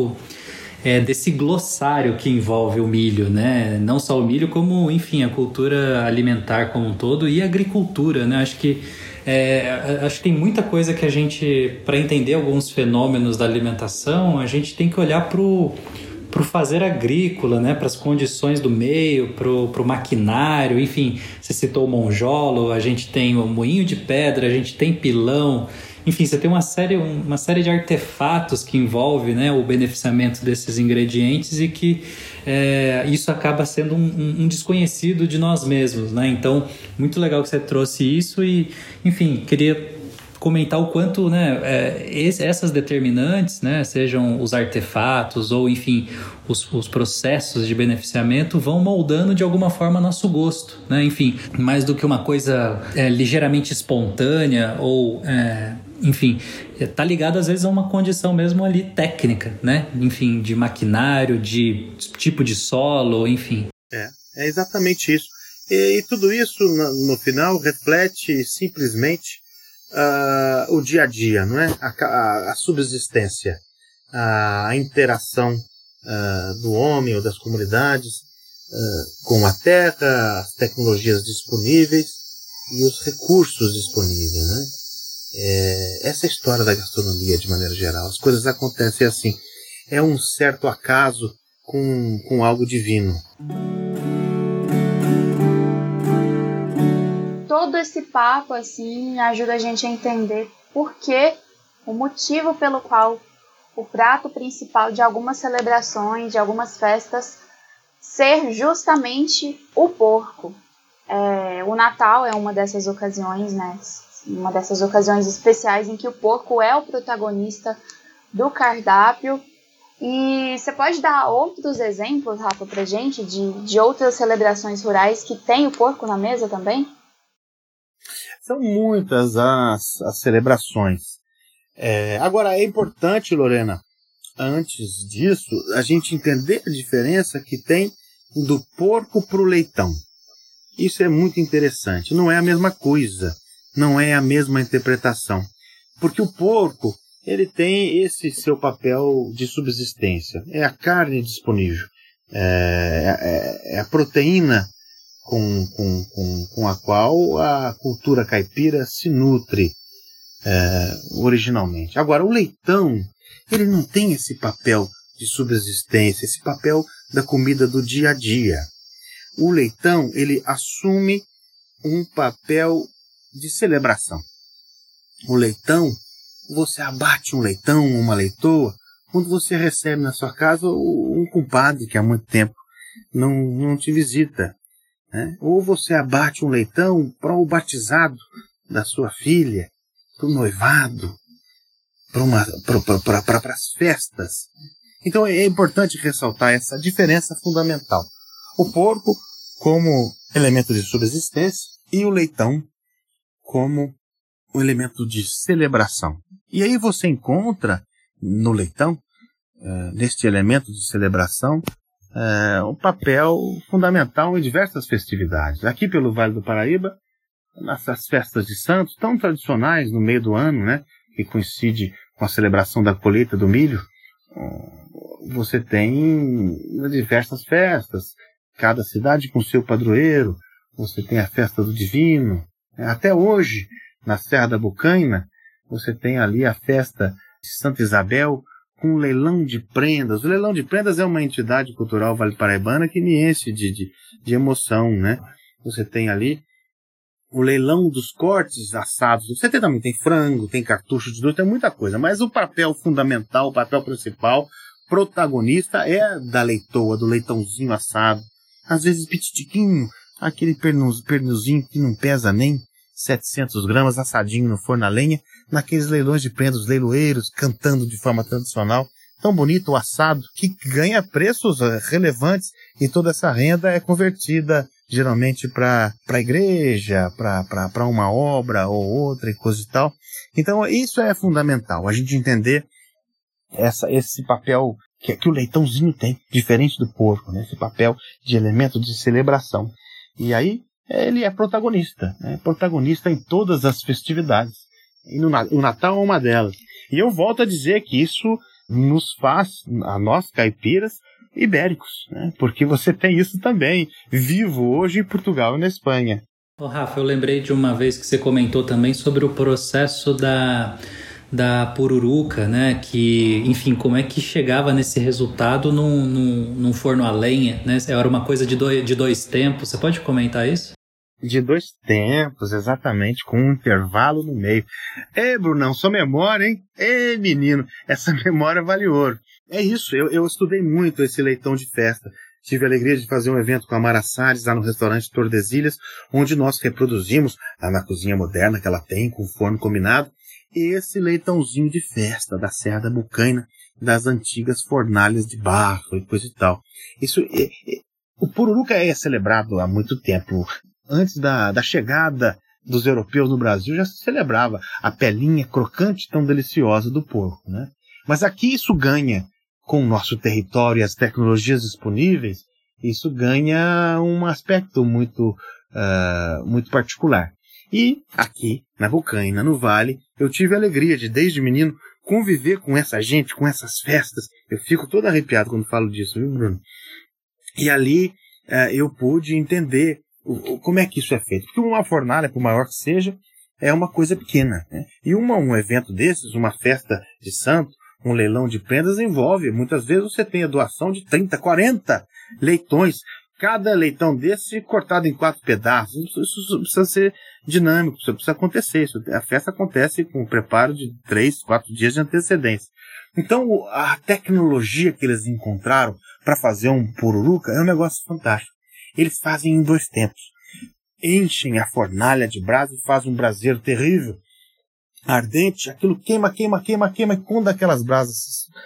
desse glossário que envolve o milho, né? Não só o milho, como, enfim, a cultura alimentar como um todo e a agricultura, né? Acho que tem muita coisa que a gente, para entender alguns fenômenos da alimentação, a gente tem que olhar pro fazer agrícola, né? Para as condições do meio, pro maquinário, enfim, você citou o monjolo, a gente tem o moinho de pedra, a gente tem pilão, enfim, você tem uma série de artefatos que envolve, né, o beneficiamento desses ingredientes e que isso acaba sendo um desconhecido de nós mesmos, né? Então, muito legal que você trouxe isso e, enfim, queria comentar o quanto, né, essas determinantes, né, sejam os artefatos ou, enfim, os processos de beneficiamento vão moldando de alguma forma nosso gosto, né? Enfim, mais do que uma coisa ligeiramente espontânea ou, enfim, tá ligado às vezes a uma condição mesmo ali técnica, né? Enfim, de maquinário, de tipo de solo, enfim. É exatamente isso. E tudo isso, no final, reflete simplesmente o dia a dia, não é? A subsistência, a interação do homem ou das comunidades com a terra, as tecnologias disponíveis e os recursos disponíveis, né? Essa é a história da gastronomia de maneira geral. As coisas acontecem assim. É um certo acaso com algo divino. Todo esse papo assim ajuda a gente a entender o motivo pelo qual o prato principal de algumas celebrações, de algumas festas, ser justamente o porco. O Natal é uma dessas ocasiões, né? Uma dessas ocasiões especiais em que o porco é o protagonista do cardápio. E você pode dar outros exemplos, Rafa, pra gente, de outras celebrações rurais que tem o porco na mesa também? São muitas as celebrações. Agora, é importante, Lorena, antes disso, a gente entender a diferença que tem do porco para o leitão. Isso é muito interessante. Não é a mesma coisa, não é a mesma interpretação. Porque o porco, ele tem esse seu papel de subsistência. É a carne disponível, é a proteína com a qual a cultura caipira se nutre originalmente. Agora, o leitão, ele não tem esse papel de subsistência, esse papel da comida do dia a dia. O leitão, ele assume um papel de celebração. O leitão, você abate um leitão, uma leitoa, quando você recebe na sua casa um compadre que há muito tempo não te visita, né? Ou você abate um leitão para o batizado da sua filha, para o noivado, para as festas. Então é importante ressaltar essa diferença fundamental. O porco como elemento de subsistência e o leitão como um elemento de celebração. E aí você encontra no leitão, neste elemento de celebração, um papel fundamental em diversas festividades. Aqui pelo Vale do Paraíba, nessas festas de Santos, tão tradicionais no meio do ano, né, que coincide com a celebração da colheita do milho, você tem diversas festas, cada cidade com seu padroeiro, você tem a festa do Divino. Até hoje, na Serra da Bocaina, você tem ali a festa de Santa Isabel com um leilão de prendas. O leilão de prendas é uma entidade cultural vale-paraibana que me enche de emoção, né? Você tem ali o leilão dos cortes assados. Você também tem frango, tem cartucho de doce, tem muita coisa. Mas o papel fundamental, o papel principal, protagonista é da leitoa, do leitãozinho assado. Às vezes pititiquinho, aquele pernuzinho que não pesa nem 700 gramas, assadinho no forno a lenha, naqueles leilões de prendas, os leiloeiros cantando de forma tradicional. Tão bonito o assado, que ganha preços relevantes, e toda essa renda é convertida geralmente para a igreja, para uma obra ou outra e coisa e tal. Então isso é fundamental, a gente entender esse papel que o leitãozinho tem, diferente do porco, né? Esse papel de elemento de celebração. E aí ele é protagonista, né? Protagonista em todas as festividades. E o Natal é uma delas. E eu volto a dizer que isso nos faz, a nós caipiras, ibéricos, né? Porque você tem isso também, vivo hoje em Portugal e na Espanha. Ô, Rafa, eu lembrei de uma vez que você comentou também sobre o processo da pururuca, né? Que, enfim, como é que chegava nesse resultado num forno a lenha, né? Era uma coisa de dois tempos. Você pode comentar isso? De 2 tempos, exatamente, com um intervalo no meio. Brunão, sua memória, hein? Menino, essa memória vale ouro. É isso, eu estudei muito esse leitão de festa. Tive a alegria de fazer um evento com a Mara Salles lá no restaurante Tordesilhas, onde nós reproduzimos, na cozinha moderna que ela tem, com forno combinado, esse leitãozinho de festa da Serra da Bocaina, das antigas fornalhas de barro e coisa e tal. O pururuca é celebrado há muito tempo. Antes da chegada dos europeus no Brasil, já se celebrava a pelinha crocante tão deliciosa do porco, né? Mas aqui isso ganha, com o nosso território e as tecnologias disponíveis, isso ganha um aspecto muito particular. E aqui, na Bocaina, no Vale, eu tive a alegria de, desde menino, conviver com essa gente, com essas festas. Eu fico todo arrepiado quando falo disso, viu, Bruno? E ali eu pude entender como é que isso é feito. Porque uma fornalha, por maior que seja, é uma coisa pequena, né? E um evento desses, uma festa de santo, um leilão de prendas, envolve, muitas vezes você tem a doação de 30, 40 leitões. Cada leitão desse cortado em 4 pedaços. Isso precisa ser dinâmico, isso precisa acontecer. A festa acontece com o preparo de 3, 4 dias de antecedência. Então, a tecnologia que eles encontraram para fazer um pururuca é um negócio fantástico. Eles fazem em 2 tempos. Enchem a fornalha de brasa e fazem um braseiro terrível, ardente. Aquilo queima, e quando aquelas brasas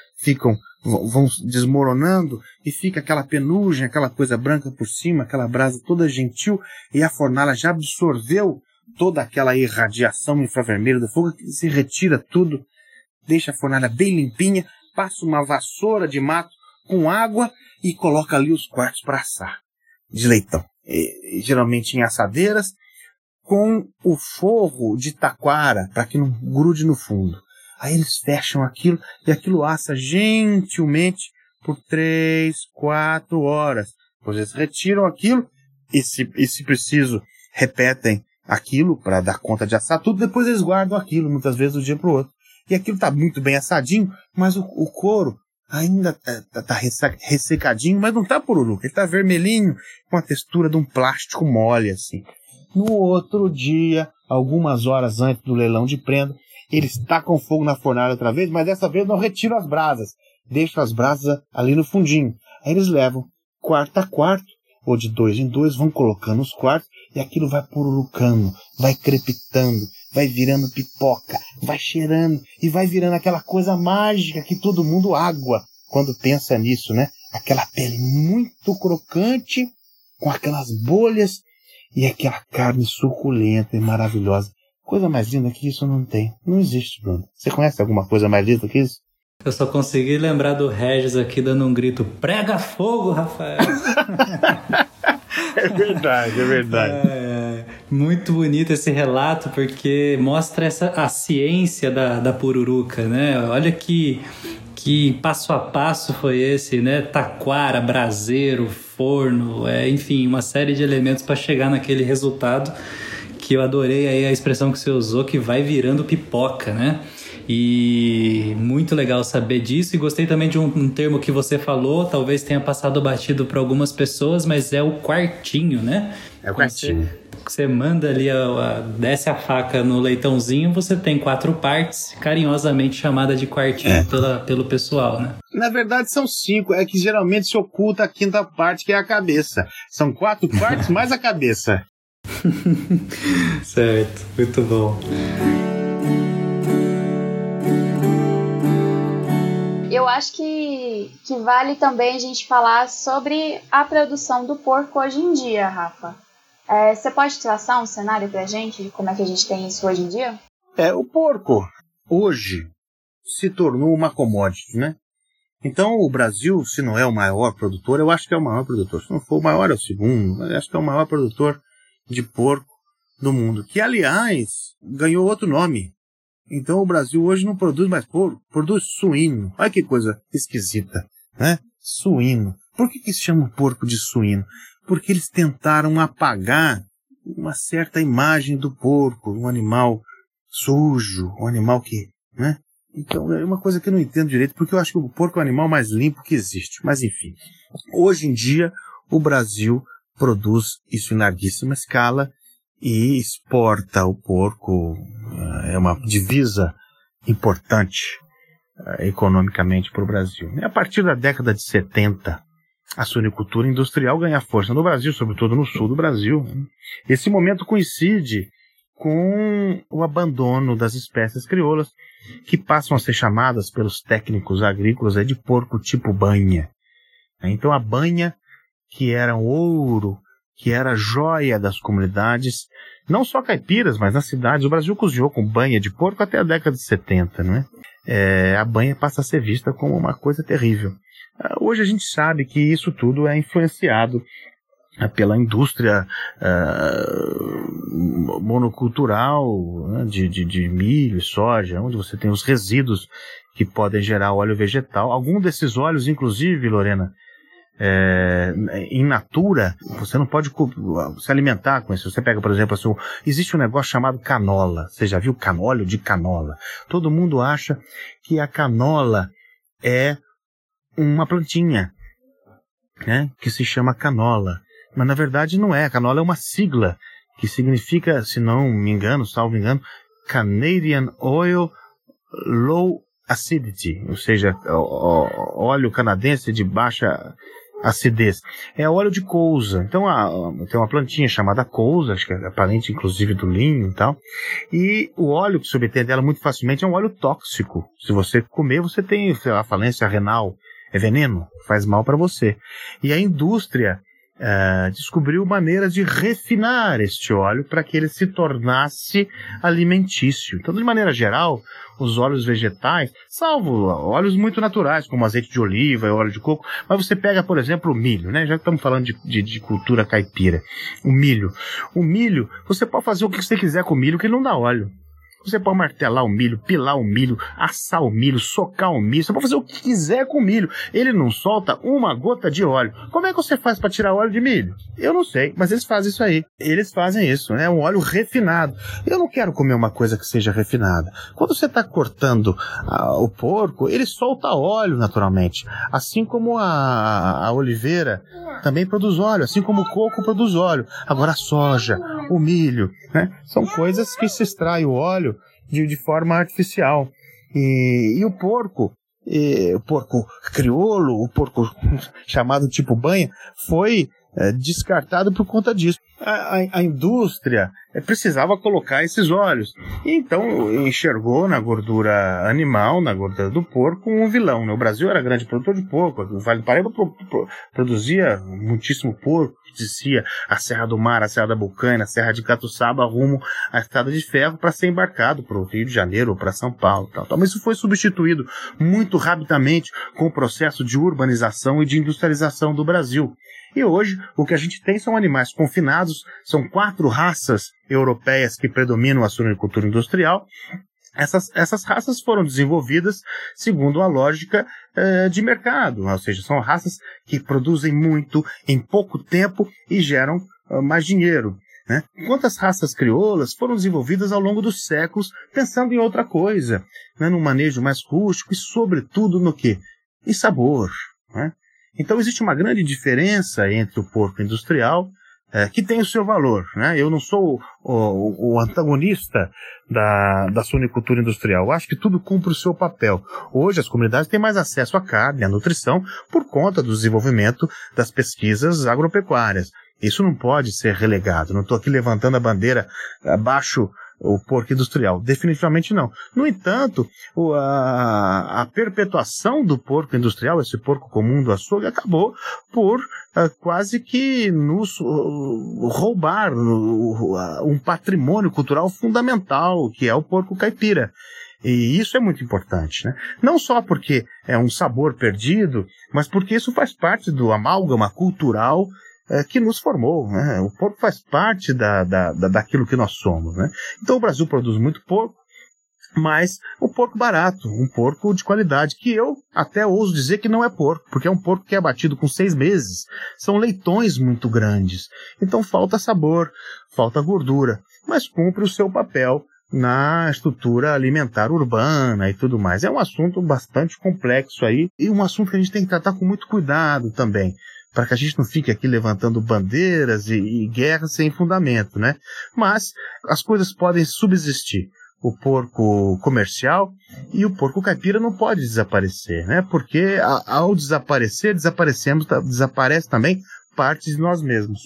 vão desmoronando e fica aquela penugem, aquela coisa branca por cima, aquela brasa toda gentil, e a fornalha já absorveu toda aquela irradiação infravermelha do fogo, que se retira tudo, deixa a fornalha bem limpinha, passa uma vassoura de mato com água e coloca ali os quartos para assar de leitão. geralmente em assadeiras, com o forro de taquara, para que não grude no fundo. Aí eles fecham aquilo, e aquilo assa gentilmente por 3, 4 horas. Depois eles retiram aquilo, e se preciso, repetem aquilo para dar conta de assar tudo, depois eles guardam aquilo, muitas vezes do dia para o outro. E aquilo está muito bem assadinho, mas o couro ainda tá ressecadinho, mas não tá pururuca, ele tá vermelhinho, com a textura de um plástico mole, assim. No outro dia, algumas horas antes do leilão de prenda, eles tacam fogo na fornalha outra vez, mas dessa vez não retiram as brasas, deixam as brasas ali no fundinho. Aí eles levam quarto a quarto, ou de 2 em 2, vão colocando os quartos, e aquilo vai pururucando, vai crepitando, vai virando pipoca, vai cheirando, e vai virando aquela coisa mágica que todo mundo água quando pensa nisso, né? Aquela pele muito crocante, com aquelas bolhas, e aquela carne suculenta e maravilhosa. Coisa mais linda que isso não tem. Não existe, Bruno. Você conhece alguma coisa mais linda que isso? Eu só consegui lembrar do Regis aqui dando um grito: prega fogo, Rafael! É verdade, é verdade. Muito bonito esse relato, porque mostra a ciência da pururuca, né? Olha que passo a passo foi esse, né? Taquara, braseiro, forno, enfim, uma série de elementos para chegar naquele resultado que eu adorei aí a expressão que você usou, que vai virando pipoca, né? E muito legal saber disso, e gostei também de um termo que você falou, talvez tenha passado batido para algumas pessoas, mas é o quartinho, né? É o quartinho. Você manda ali, desce a faca no leitãozinho, você tem 4 partes, carinhosamente chamada de quartinho pelo pessoal, né? Na verdade são 5, é que geralmente se oculta a 5ª parte, que é a cabeça. São 4 partes mais a cabeça. Certo, muito bom. Eu acho que vale também a gente falar sobre a produção do porco hoje em dia, Rafa. Você pode traçar um cenário pra gente de como é que a gente tem isso hoje em dia? O porco hoje se tornou uma commodity, né? Então o Brasil, se não é o maior produtor, eu acho que é o maior produtor. Se não for o maior, é o segundo, mas acho que é o maior produtor de porco do mundo. Que, aliás, ganhou outro nome. Então o Brasil hoje não produz mais porco, produz suíno. Olha que coisa esquisita, né? Suíno. Por que se chama porco de suíno? Porque eles tentaram apagar uma certa imagem do porco, um animal sujo, um animal que, né? Então é uma coisa que eu não entendo direito, porque eu acho que o porco é o animal mais limpo que existe. Mas enfim, hoje em dia o Brasil produz isso em larguíssima escala e exporta o porco, é uma divisa importante economicamente para o Brasil. E a partir da década de 70, a suinicultura industrial ganha força no Brasil, sobretudo no sul do Brasil. Esse momento coincide com o abandono das espécies crioulas, que passam a ser chamadas pelos técnicos agrícolas de porco tipo banha. Então a banha, que era um ouro, que era a joia das comunidades, não só caipiras, mas nas cidades. O Brasil cozinhou com banha de porco até a década de 70, não é? A banha passa a ser vista como uma coisa terrível. Hoje a gente sabe que isso tudo é influenciado pela indústria monocultural, né, de milho e soja, onde você tem os resíduos que podem gerar óleo vegetal. Algum desses óleos, inclusive, Lorena, in natura, você não pode se alimentar com isso. Você pega, por exemplo, assim, existe um negócio chamado canola. Você já viu óleo de canola? Todo mundo acha que a canola é uma plantinha, né, que se chama canola. Mas na verdade não é. A canola é uma sigla que significa, se não me engano, salvo engano, Canadian Oil Low Acidity, ou seja, óleo canadense de baixa acidez. É óleo de couza. Então tem uma plantinha chamada couza, acho que é parente inclusive do linho e tal. E o óleo que se obtém dela muito facilmente é um óleo tóxico. Se você comer, você tem, sei lá, falência renal. É veneno, faz mal para você. E a indústria descobriu maneiras de refinar este óleo para que ele se tornasse alimentício. Então, de maneira geral, os óleos vegetais, salvo óleos muito naturais, como azeite de oliva e óleo de coco, mas você pega, por exemplo, o milho, né? Já que estamos falando de cultura caipira. O milho, você pode fazer o que você quiser com o milho, que ele não dá óleo. Você pode martelar o milho, pilar o milho, assar o milho, socar o milho. Você pode fazer o que quiser com o milho. Ele não solta uma gota de óleo. Como é que você faz para tirar óleo de milho? Eu não sei, mas eles fazem isso aí. Eles fazem isso, né? Um óleo refinado. Eu não quero comer uma coisa que seja refinada. Quando você está cortando o porco, ele solta óleo naturalmente. Assim como a oliveira também produz óleo. Assim como o coco produz óleo. Agora a soja, o milho, né? São coisas que se extrai o óleo de forma artificial. E o porco crioulo, o porco chamado tipo banha, foi descartado por conta disso. A indústria precisava colocar esses óleos. E então enxergou na gordura animal, na gordura do porco, um vilão. O Brasil era grande produtor de porco. O Vale do Paraíba produzia muitíssimo porco. Descia a Serra do Mar, a Serra da Bocaina, a Serra de Catuçaba, rumo à Estrada de Ferro para ser embarcado para o Rio de Janeiro ou para São Paulo. Tal. Mas isso foi substituído muito rapidamente com o processo de urbanização e de industrialização do Brasil. E hoje, o que a gente tem são animais confinados, são 4 raças europeias que predominam a suinocultura industrial. Essas raças foram desenvolvidas segundo a lógica de mercado, ou seja, são raças que produzem muito em pouco tempo e geram mais dinheiro, né? Enquanto as raças crioulas foram desenvolvidas ao longo dos séculos pensando em outra coisa, né? Num manejo mais rústico e, sobretudo, no quê? Em sabor, né? Então existe uma grande diferença entre o porco industrial, que tem o seu valor, né? Eu não sou o antagonista da suinicultura industrial. Eu acho que tudo cumpre o seu papel. Hoje as comunidades têm mais acesso à carne, à nutrição, por conta do desenvolvimento das pesquisas agropecuárias. Isso não pode ser relegado. Não estou aqui levantando a bandeira abaixo o porco industrial. Definitivamente não. No entanto, a perpetuação do porco industrial, esse porco comum do açougue, acabou por quase que nos roubar um patrimônio cultural fundamental, que é o porco caipira. E isso é muito importante, né? Não só porque é um sabor perdido, mas porque isso faz parte do amálgama cultural que nos formou, né? O porco faz parte daquilo que nós somos, né? Então o Brasil produz muito porco, mas um porco barato, um porco de qualidade, que eu até ouso dizer que não é porco, porque é um porco que é abatido com 6 meses. São leitões muito grandes. Então falta sabor, falta gordura, mas cumpre o seu papel na estrutura alimentar urbana e tudo mais. É um assunto bastante complexo aí, e um assunto que a gente tem que tratar com muito cuidado também, para que a gente não fique aqui levantando bandeiras e guerras sem fundamento, né? Mas as coisas podem subsistir. O porco comercial e o porco caipira não pode desaparecer, né? Porque ao desaparecer, desaparece também parte de nós mesmos.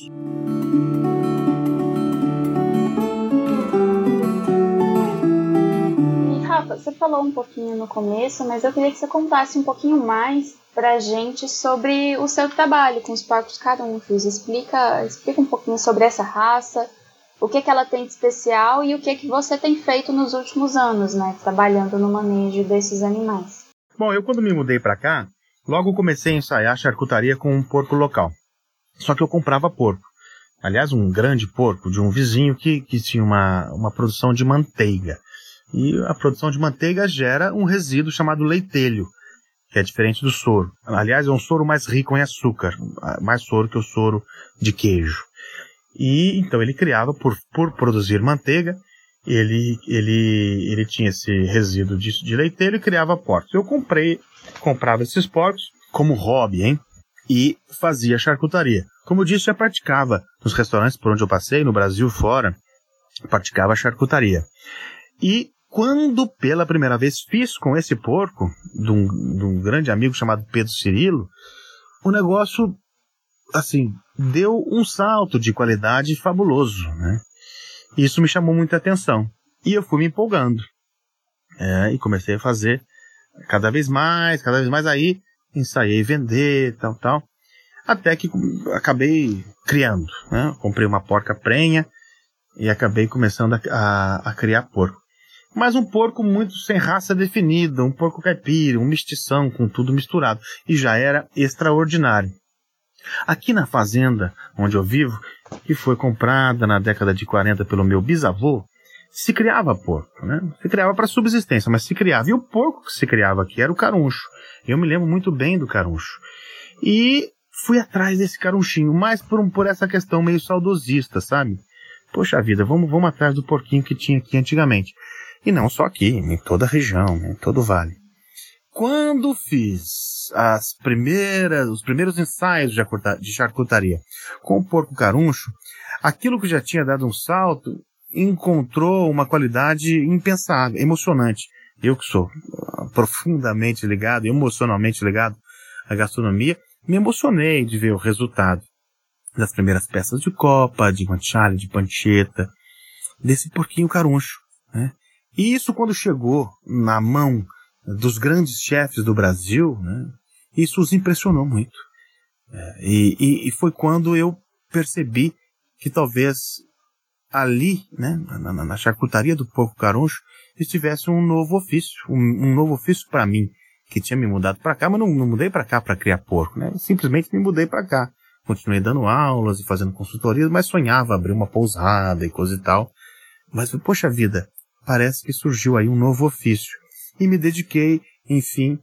E Rafa, você falou um pouquinho no começo, mas eu queria que você contasse um pouquinho mais pra gente sobre o seu trabalho com os porcos carunchos. Explica um pouquinho sobre essa raça, o que ela tem de especial e o que você tem feito nos últimos anos, né, trabalhando no manejo desses animais. Bom, eu quando me mudei pra cá, logo comecei a ensaiar charcutaria com um porco local. Só que eu comprava porco. Aliás, um grande porco de um vizinho que tinha uma produção de manteiga. E a produção de manteiga gera um resíduo chamado leitelho, que é diferente do soro. Aliás, é um soro mais rico em açúcar, mais soro que o soro de queijo. E então ele criava, por produzir manteiga, ele tinha esse resíduo de leitelho e criava porcos. Eu comprava esses porcos como hobby, hein? E fazia charcutaria. Como eu disse, já praticava nos restaurantes por onde eu passei, no Brasil fora, praticava charcutaria. E quando pela primeira vez fiz com esse porco, de um grande amigo chamado Pedro Cirilo, o negócio, assim, deu um salto de qualidade fabuloso, né? Isso me chamou muita atenção. E eu fui me empolgando. E comecei a fazer cada vez mais, aí ensaiei vender, tal. até que acabei criando, né? Comprei uma porca prenha e acabei começando a criar porco. Mas um porco muito sem raça definida, um porco caipira, um mestição com tudo misturado, e já era extraordinário. Aqui na fazenda onde eu vivo, que foi comprada na década de 40 pelo meu bisavô, se criava porco, né? Se criava para subsistência, mas se criava. E o porco que se criava aqui era o caruncho. Eu me lembro muito bem do caruncho. E fui atrás desse carunchinho, mais por essa questão meio saudosista, sabe? Poxa vida, vamos atrás do porquinho que tinha aqui antigamente. E não só aqui, em toda a região, em todo o vale. Quando fiz os primeiros ensaios de charcutaria com o porco caruncho, aquilo que já tinha dado um salto encontrou uma qualidade impensável, emocionante. Eu que sou profundamente ligado, emocionalmente ligado à gastronomia, me emocionei de ver o resultado das primeiras peças de copa, de guanciale, de pancetta, desse porquinho caruncho, né? E isso, quando chegou na mão dos grandes chefes do Brasil, né, isso os impressionou muito. E foi quando eu percebi que talvez ali, né, na charcutaria do porco caruncho, estivesse um novo ofício, um novo ofício para mim, que tinha me mudado para cá, mas não mudei para cá para criar porco, né? Simplesmente me mudei para cá. Continuei dando aulas e fazendo consultorias, mas sonhava abrir uma pousada e coisa e tal. Mas, poxa vida, parece que surgiu aí um novo ofício. E me dediquei, enfim,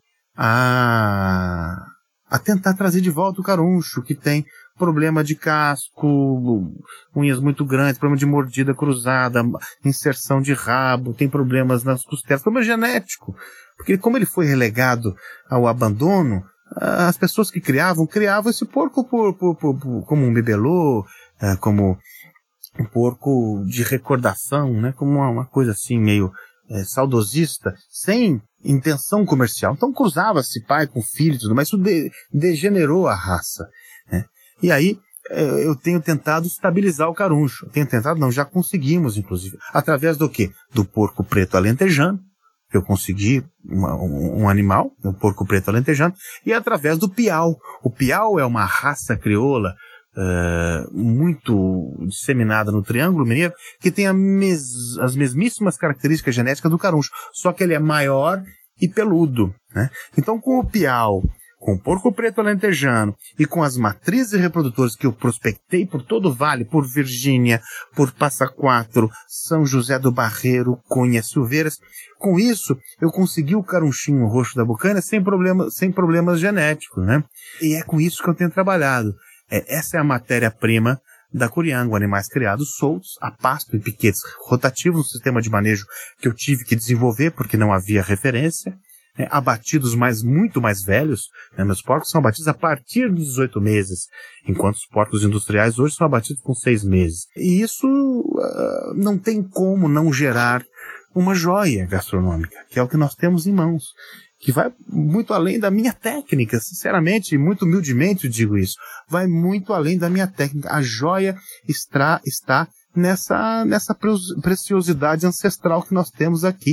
a tentar trazer de volta o caruncho, que tem problema de casco, unhas muito grandes, problema de mordida cruzada, inserção de rabo, tem problemas nas costelas, problema genético. Porque como ele foi relegado ao abandono, as pessoas que criavam esse porco como um bibelô, como um porco de recordação, né, como uma coisa assim meio saudosista, sem intenção comercial. Então cruzava-se pai com filho e tudo, mas isso degenerou a raça, né? E aí eu tenho tentado estabilizar o caruncho. Já conseguimos, inclusive. Através do quê? Do porco preto alentejano, que eu consegui um animal, um porco preto alentejano, e através do piau. O piau é uma raça crioula muito disseminada no Triângulo Mineiro, que tem as mesmíssimas características genéticas do caruncho, só que ele é maior e peludo, né? Então, com o piau, com o porco preto alentejano e com as matrizes reprodutoras que eu prospectei por todo o vale, por Virgínia, por Passa Quatro, São José do Barreiro, Cunha, Silveiras, com isso eu consegui o carunchinho roxo da Bocaina sem problemas genéticos, né? E é com isso que eu tenho trabalhado. Essa é a matéria-prima da Curiango, animais criados soltos, a pasto e piquetes rotativos, um sistema de manejo que eu tive que desenvolver porque não havia referência, abatidos muito mais velhos, né? Meus porcos são abatidos a partir de 18 meses, enquanto os porcos industriais hoje são abatidos com 6 meses. E isso não tem como não gerar uma joia gastronômica, que é o que nós temos em mãos, que vai muito além da minha técnica, sinceramente, muito humildemente eu digo isso, vai muito além da minha técnica. A joia está nessa preciosidade ancestral que nós temos aqui,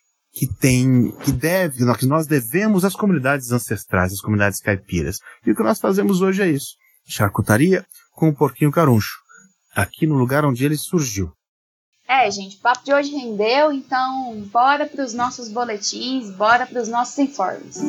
que nós devemos às comunidades ancestrais, às comunidades caipiras. E o que nós fazemos hoje é isso: charcutaria com o porquinho caruncho, aqui no lugar onde ele surgiu. Gente, o papo de hoje rendeu, então bora para os nossos boletins, bora para os nossos informes.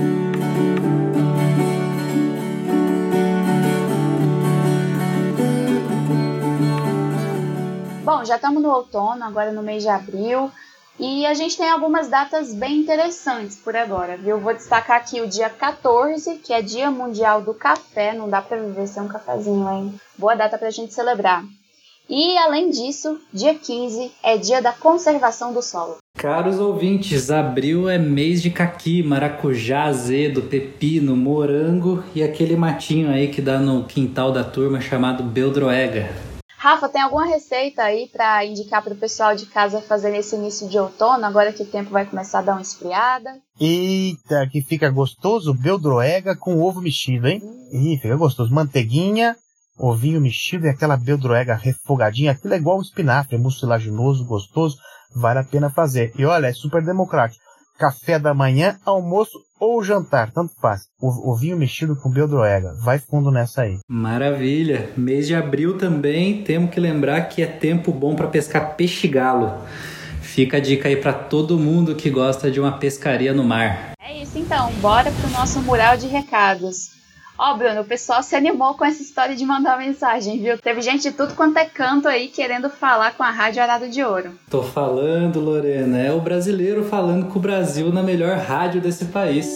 Bom, já estamos no outono, agora no mês de abril, e a gente tem algumas datas bem interessantes por agora, viu? Vou destacar aqui o dia 14, que é Dia Mundial do Café, não dá para viver sem um cafezinho, hein? Boa data para a gente celebrar. E, além disso, dia 15 é dia da conservação do solo. Caros ouvintes, abril é mês de caqui, maracujá, azedo, pepino, morango e aquele matinho aí que dá no quintal da turma chamado beldroega. Rafa, tem alguma receita aí para indicar para o pessoal de casa fazer nesse início de outono, agora que o tempo vai começar a dar uma esfriada? Eita, que fica gostoso, beldroega com ovo mexido, hein? Fica gostoso. Manteiguinha, ovinho mexido e aquela beldroega refogadinha, aquilo é igual o espinafre, é mucilaginoso, gostoso, vale a pena fazer. E olha, é super democrático. Café da manhã, almoço ou jantar, tanto faz. O vinho mexido com beldroega. Vai fundo nessa aí. Maravilha. Mês de abril também, temos que lembrar que é tempo bom para pescar peixe-galo. Fica a dica aí para todo mundo que gosta de uma pescaria no mar. É isso então, bora pro nosso mural de recados. Ó, Bruno, o pessoal se animou com essa história de mandar mensagem, viu? Teve gente de tudo quanto é canto aí querendo falar com a Rádio Arado de Ouro. Tô falando, Lorena, é o brasileiro falando com o Brasil na melhor rádio desse país.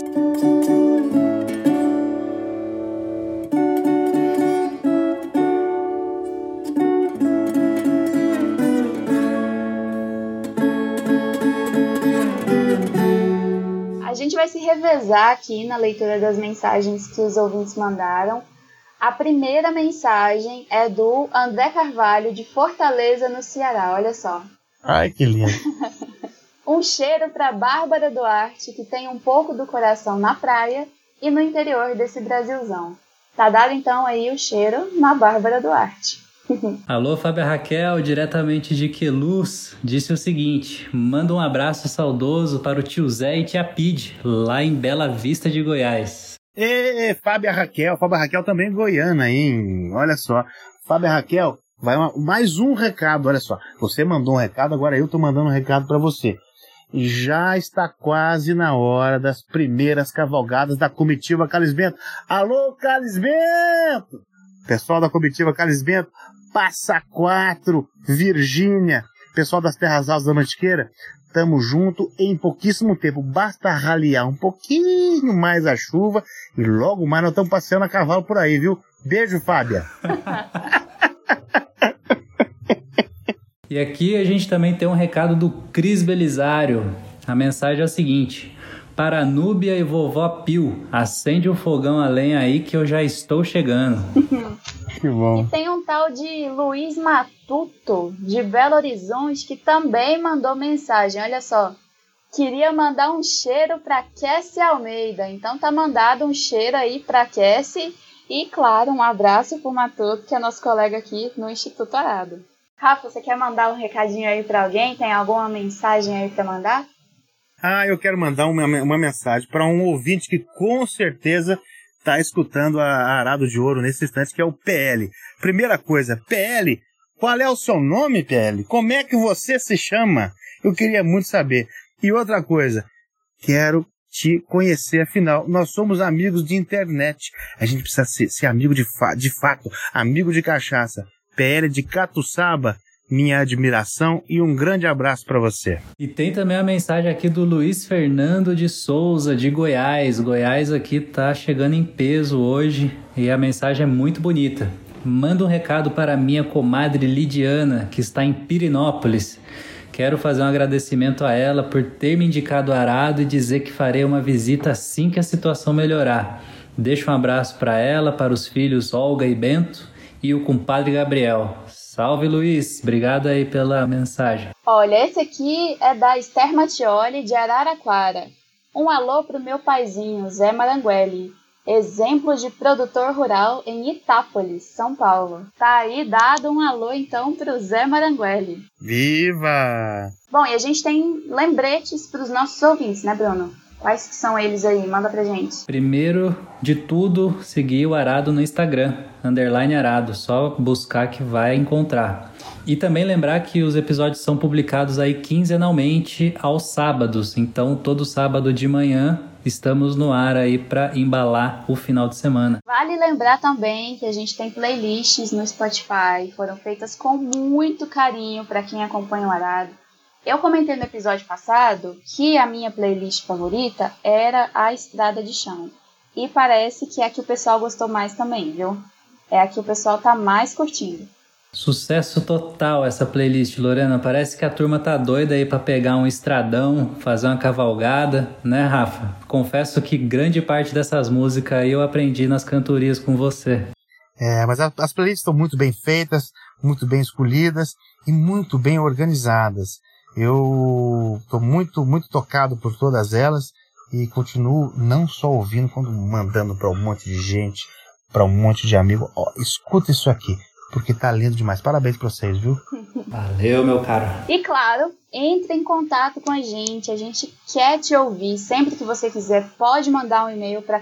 A gente vai se revezar aqui na leitura das mensagens que os ouvintes mandaram. A primeira mensagem é do André Carvalho, de Fortaleza, no Ceará. Olha só. Ai, que lindo. Um cheiro para Bárbara Duarte, que tem um pouco do coração na praia e no interior desse Brasilzão. Tá dado então aí o cheiro na Bárbara Duarte. Alô, Fábia Raquel, diretamente de Queluz, disse o seguinte: manda um abraço saudoso para o tio Zé e tia Pide, lá em Bela Vista de Goiás. Fábia Raquel também goiana, hein? Olha só, Fábia Raquel, vai mais um recado, olha só. Você mandou um recado, agora eu tô mandando um recado para você. Já está quase na hora das primeiras cavalgadas da comitiva Carlos Bento. Alô, Carlos Bento! Pessoal da comitiva Carlos Bento, Passa Quatro, Virgínia, pessoal das Terras Altas da Mantiqueira, tamo junto em pouquíssimo tempo. Basta raliar um pouquinho mais a chuva e logo mais nós estamos passeando a cavalo por aí, viu? Beijo, Fábia. E aqui a gente também tem um recado do Cris Belisário. A mensagem é o seguinte: para a Núbia e vovó Pio, acende o fogão a lenha aí que eu já estou chegando. Que bom. E tem um tal de Luiz Matuto, de Belo Horizonte, que também mandou mensagem. Olha só, queria mandar um cheiro para Cassie Almeida. Então tá mandado um cheiro aí para Cassie. E claro, um abraço pro Matuto, que é nosso colega aqui no Instituto Arado. Rafa, você quer mandar um recadinho aí para alguém? Tem alguma mensagem aí para mandar? Eu quero mandar uma mensagem para um ouvinte que com certeza está escutando a Arado de Ouro nesse instante, que é o PL. Primeira coisa, PL, qual é o seu nome, PL? Como é que você se chama? Eu queria muito saber. E outra coisa, quero te conhecer, afinal, nós somos amigos de internet. A gente precisa ser amigo de fato, amigo de cachaça. PL de Catuçaba, minha admiração e um grande abraço para você. E tem também a mensagem aqui do Luiz Fernando de Souza, de Goiás. Goiás aqui tá chegando em peso hoje e a mensagem é muito bonita. Manda um recado para a minha comadre Lidiana, que está em Pirinópolis. Quero fazer um agradecimento a ela por ter me indicado o Arado e dizer que farei uma visita assim que a situação melhorar. Deixo um abraço para ela, para os filhos Olga e Bento e o compadre Gabriel. Salve, Luiz. Obrigado aí pela mensagem. Olha, esse aqui é da Esther Mattioli, de Araraquara. Um alô pro meu paizinho, Zé Maranguelli. Exemplo de produtor rural em Itápolis, São Paulo. Tá aí dado um alô, então, pro Zé Maranguelli. Viva! Bom, e a gente tem lembretes pros nossos ouvintes, né, Bruno? Quais que são eles aí? Manda pra gente. Primeiro de tudo, seguir o Arado no Instagram, _Arado. Só buscar que vai encontrar. E também lembrar que os episódios são publicados aí quinzenalmente aos sábados. Então, todo sábado de manhã estamos no ar aí para embalar o final de semana. Vale lembrar também que a gente tem playlists no Spotify. Foram feitas com muito carinho para quem acompanha o Arado. Eu comentei no episódio passado que a minha playlist favorita era a Estrada de Chão. E parece que é a que o pessoal gostou mais também, viu? É a que o pessoal tá mais curtindo. Sucesso total essa playlist, Lorena. Parece que a turma tá doida aí pra pegar um estradão, fazer uma cavalgada, né, Rafa? Confesso que grande parte dessas músicas aí eu aprendi nas cantorias com você. Mas as playlists estão muito bem feitas, muito bem escolhidas e muito bem organizadas. Eu estou muito, muito tocado por todas elas e continuo não só ouvindo, quando mandando para um monte de gente, para um monte de amigos. Escuta isso aqui. porque tá lindo demais. Parabéns pra vocês, viu? Valeu, meu caro. E claro, entre em contato com a gente quer te ouvir. Sempre que você quiser, pode mandar um e-mail para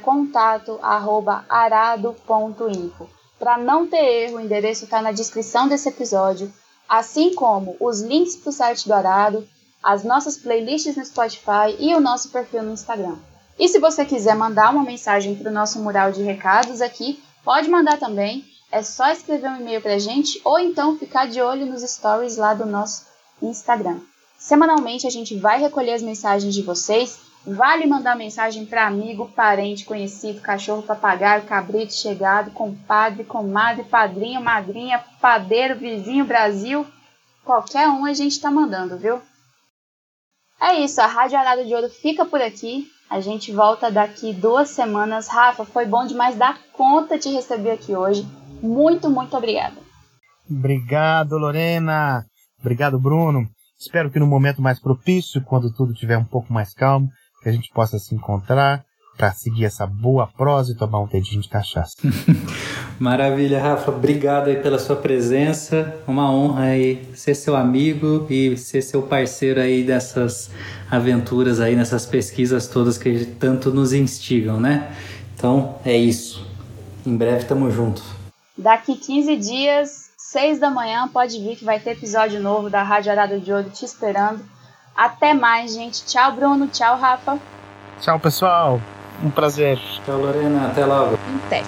contato@arado.info. Para não ter erro, o endereço está na descrição desse episódio, assim como os links para o site do Arado, as nossas playlists no Spotify e o nosso perfil no Instagram. E se você quiser mandar uma mensagem para o nosso mural de recados aqui, pode mandar também. É só escrever um e-mail pra gente ou então ficar de olho nos stories lá do nosso Instagram. Semanalmente a gente vai recolher as mensagens de vocês. Vale mandar mensagem para amigo, parente, conhecido, cachorro, papagaio, cabrito, chegado, compadre, comadre, padrinho, madrinha, padeiro, vizinho, Brasil. Qualquer um a gente tá mandando, viu? É isso, a Rádio Arado de Ouro fica por aqui. A gente volta daqui 2 semanas. Rafa, foi bom demais dar conta de receber aqui hoje. Muito, muito obrigada. Obrigado, Lorena. Obrigado, Bruno. Espero que no momento mais propício, quando tudo estiver um pouco mais calmo, que a gente possa se encontrar para seguir essa boa prosa e tomar um dedinho de cachaça. Maravilha, Rafa. Obrigado aí pela sua presença. Uma honra aí ser seu amigo e ser seu parceiro aí dessas aventuras aí, nessas pesquisas todas que tanto nos instigam, né? Então, é isso. Em breve tamo junto. Daqui 15 dias, 6 da manhã, pode vir que vai ter episódio novo da Rádio Arado de Ouro te esperando. Até mais, gente. Tchau, Bruno. Tchau, Rafa. Tchau, pessoal. Um prazer. Tchau, Lorena. Até logo. Até.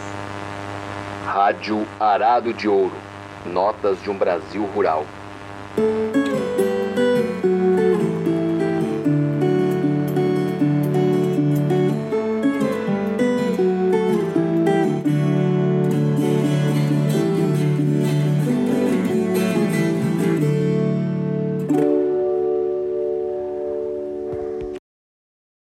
Rádio Arado de Ouro. Notas de um Brasil rural.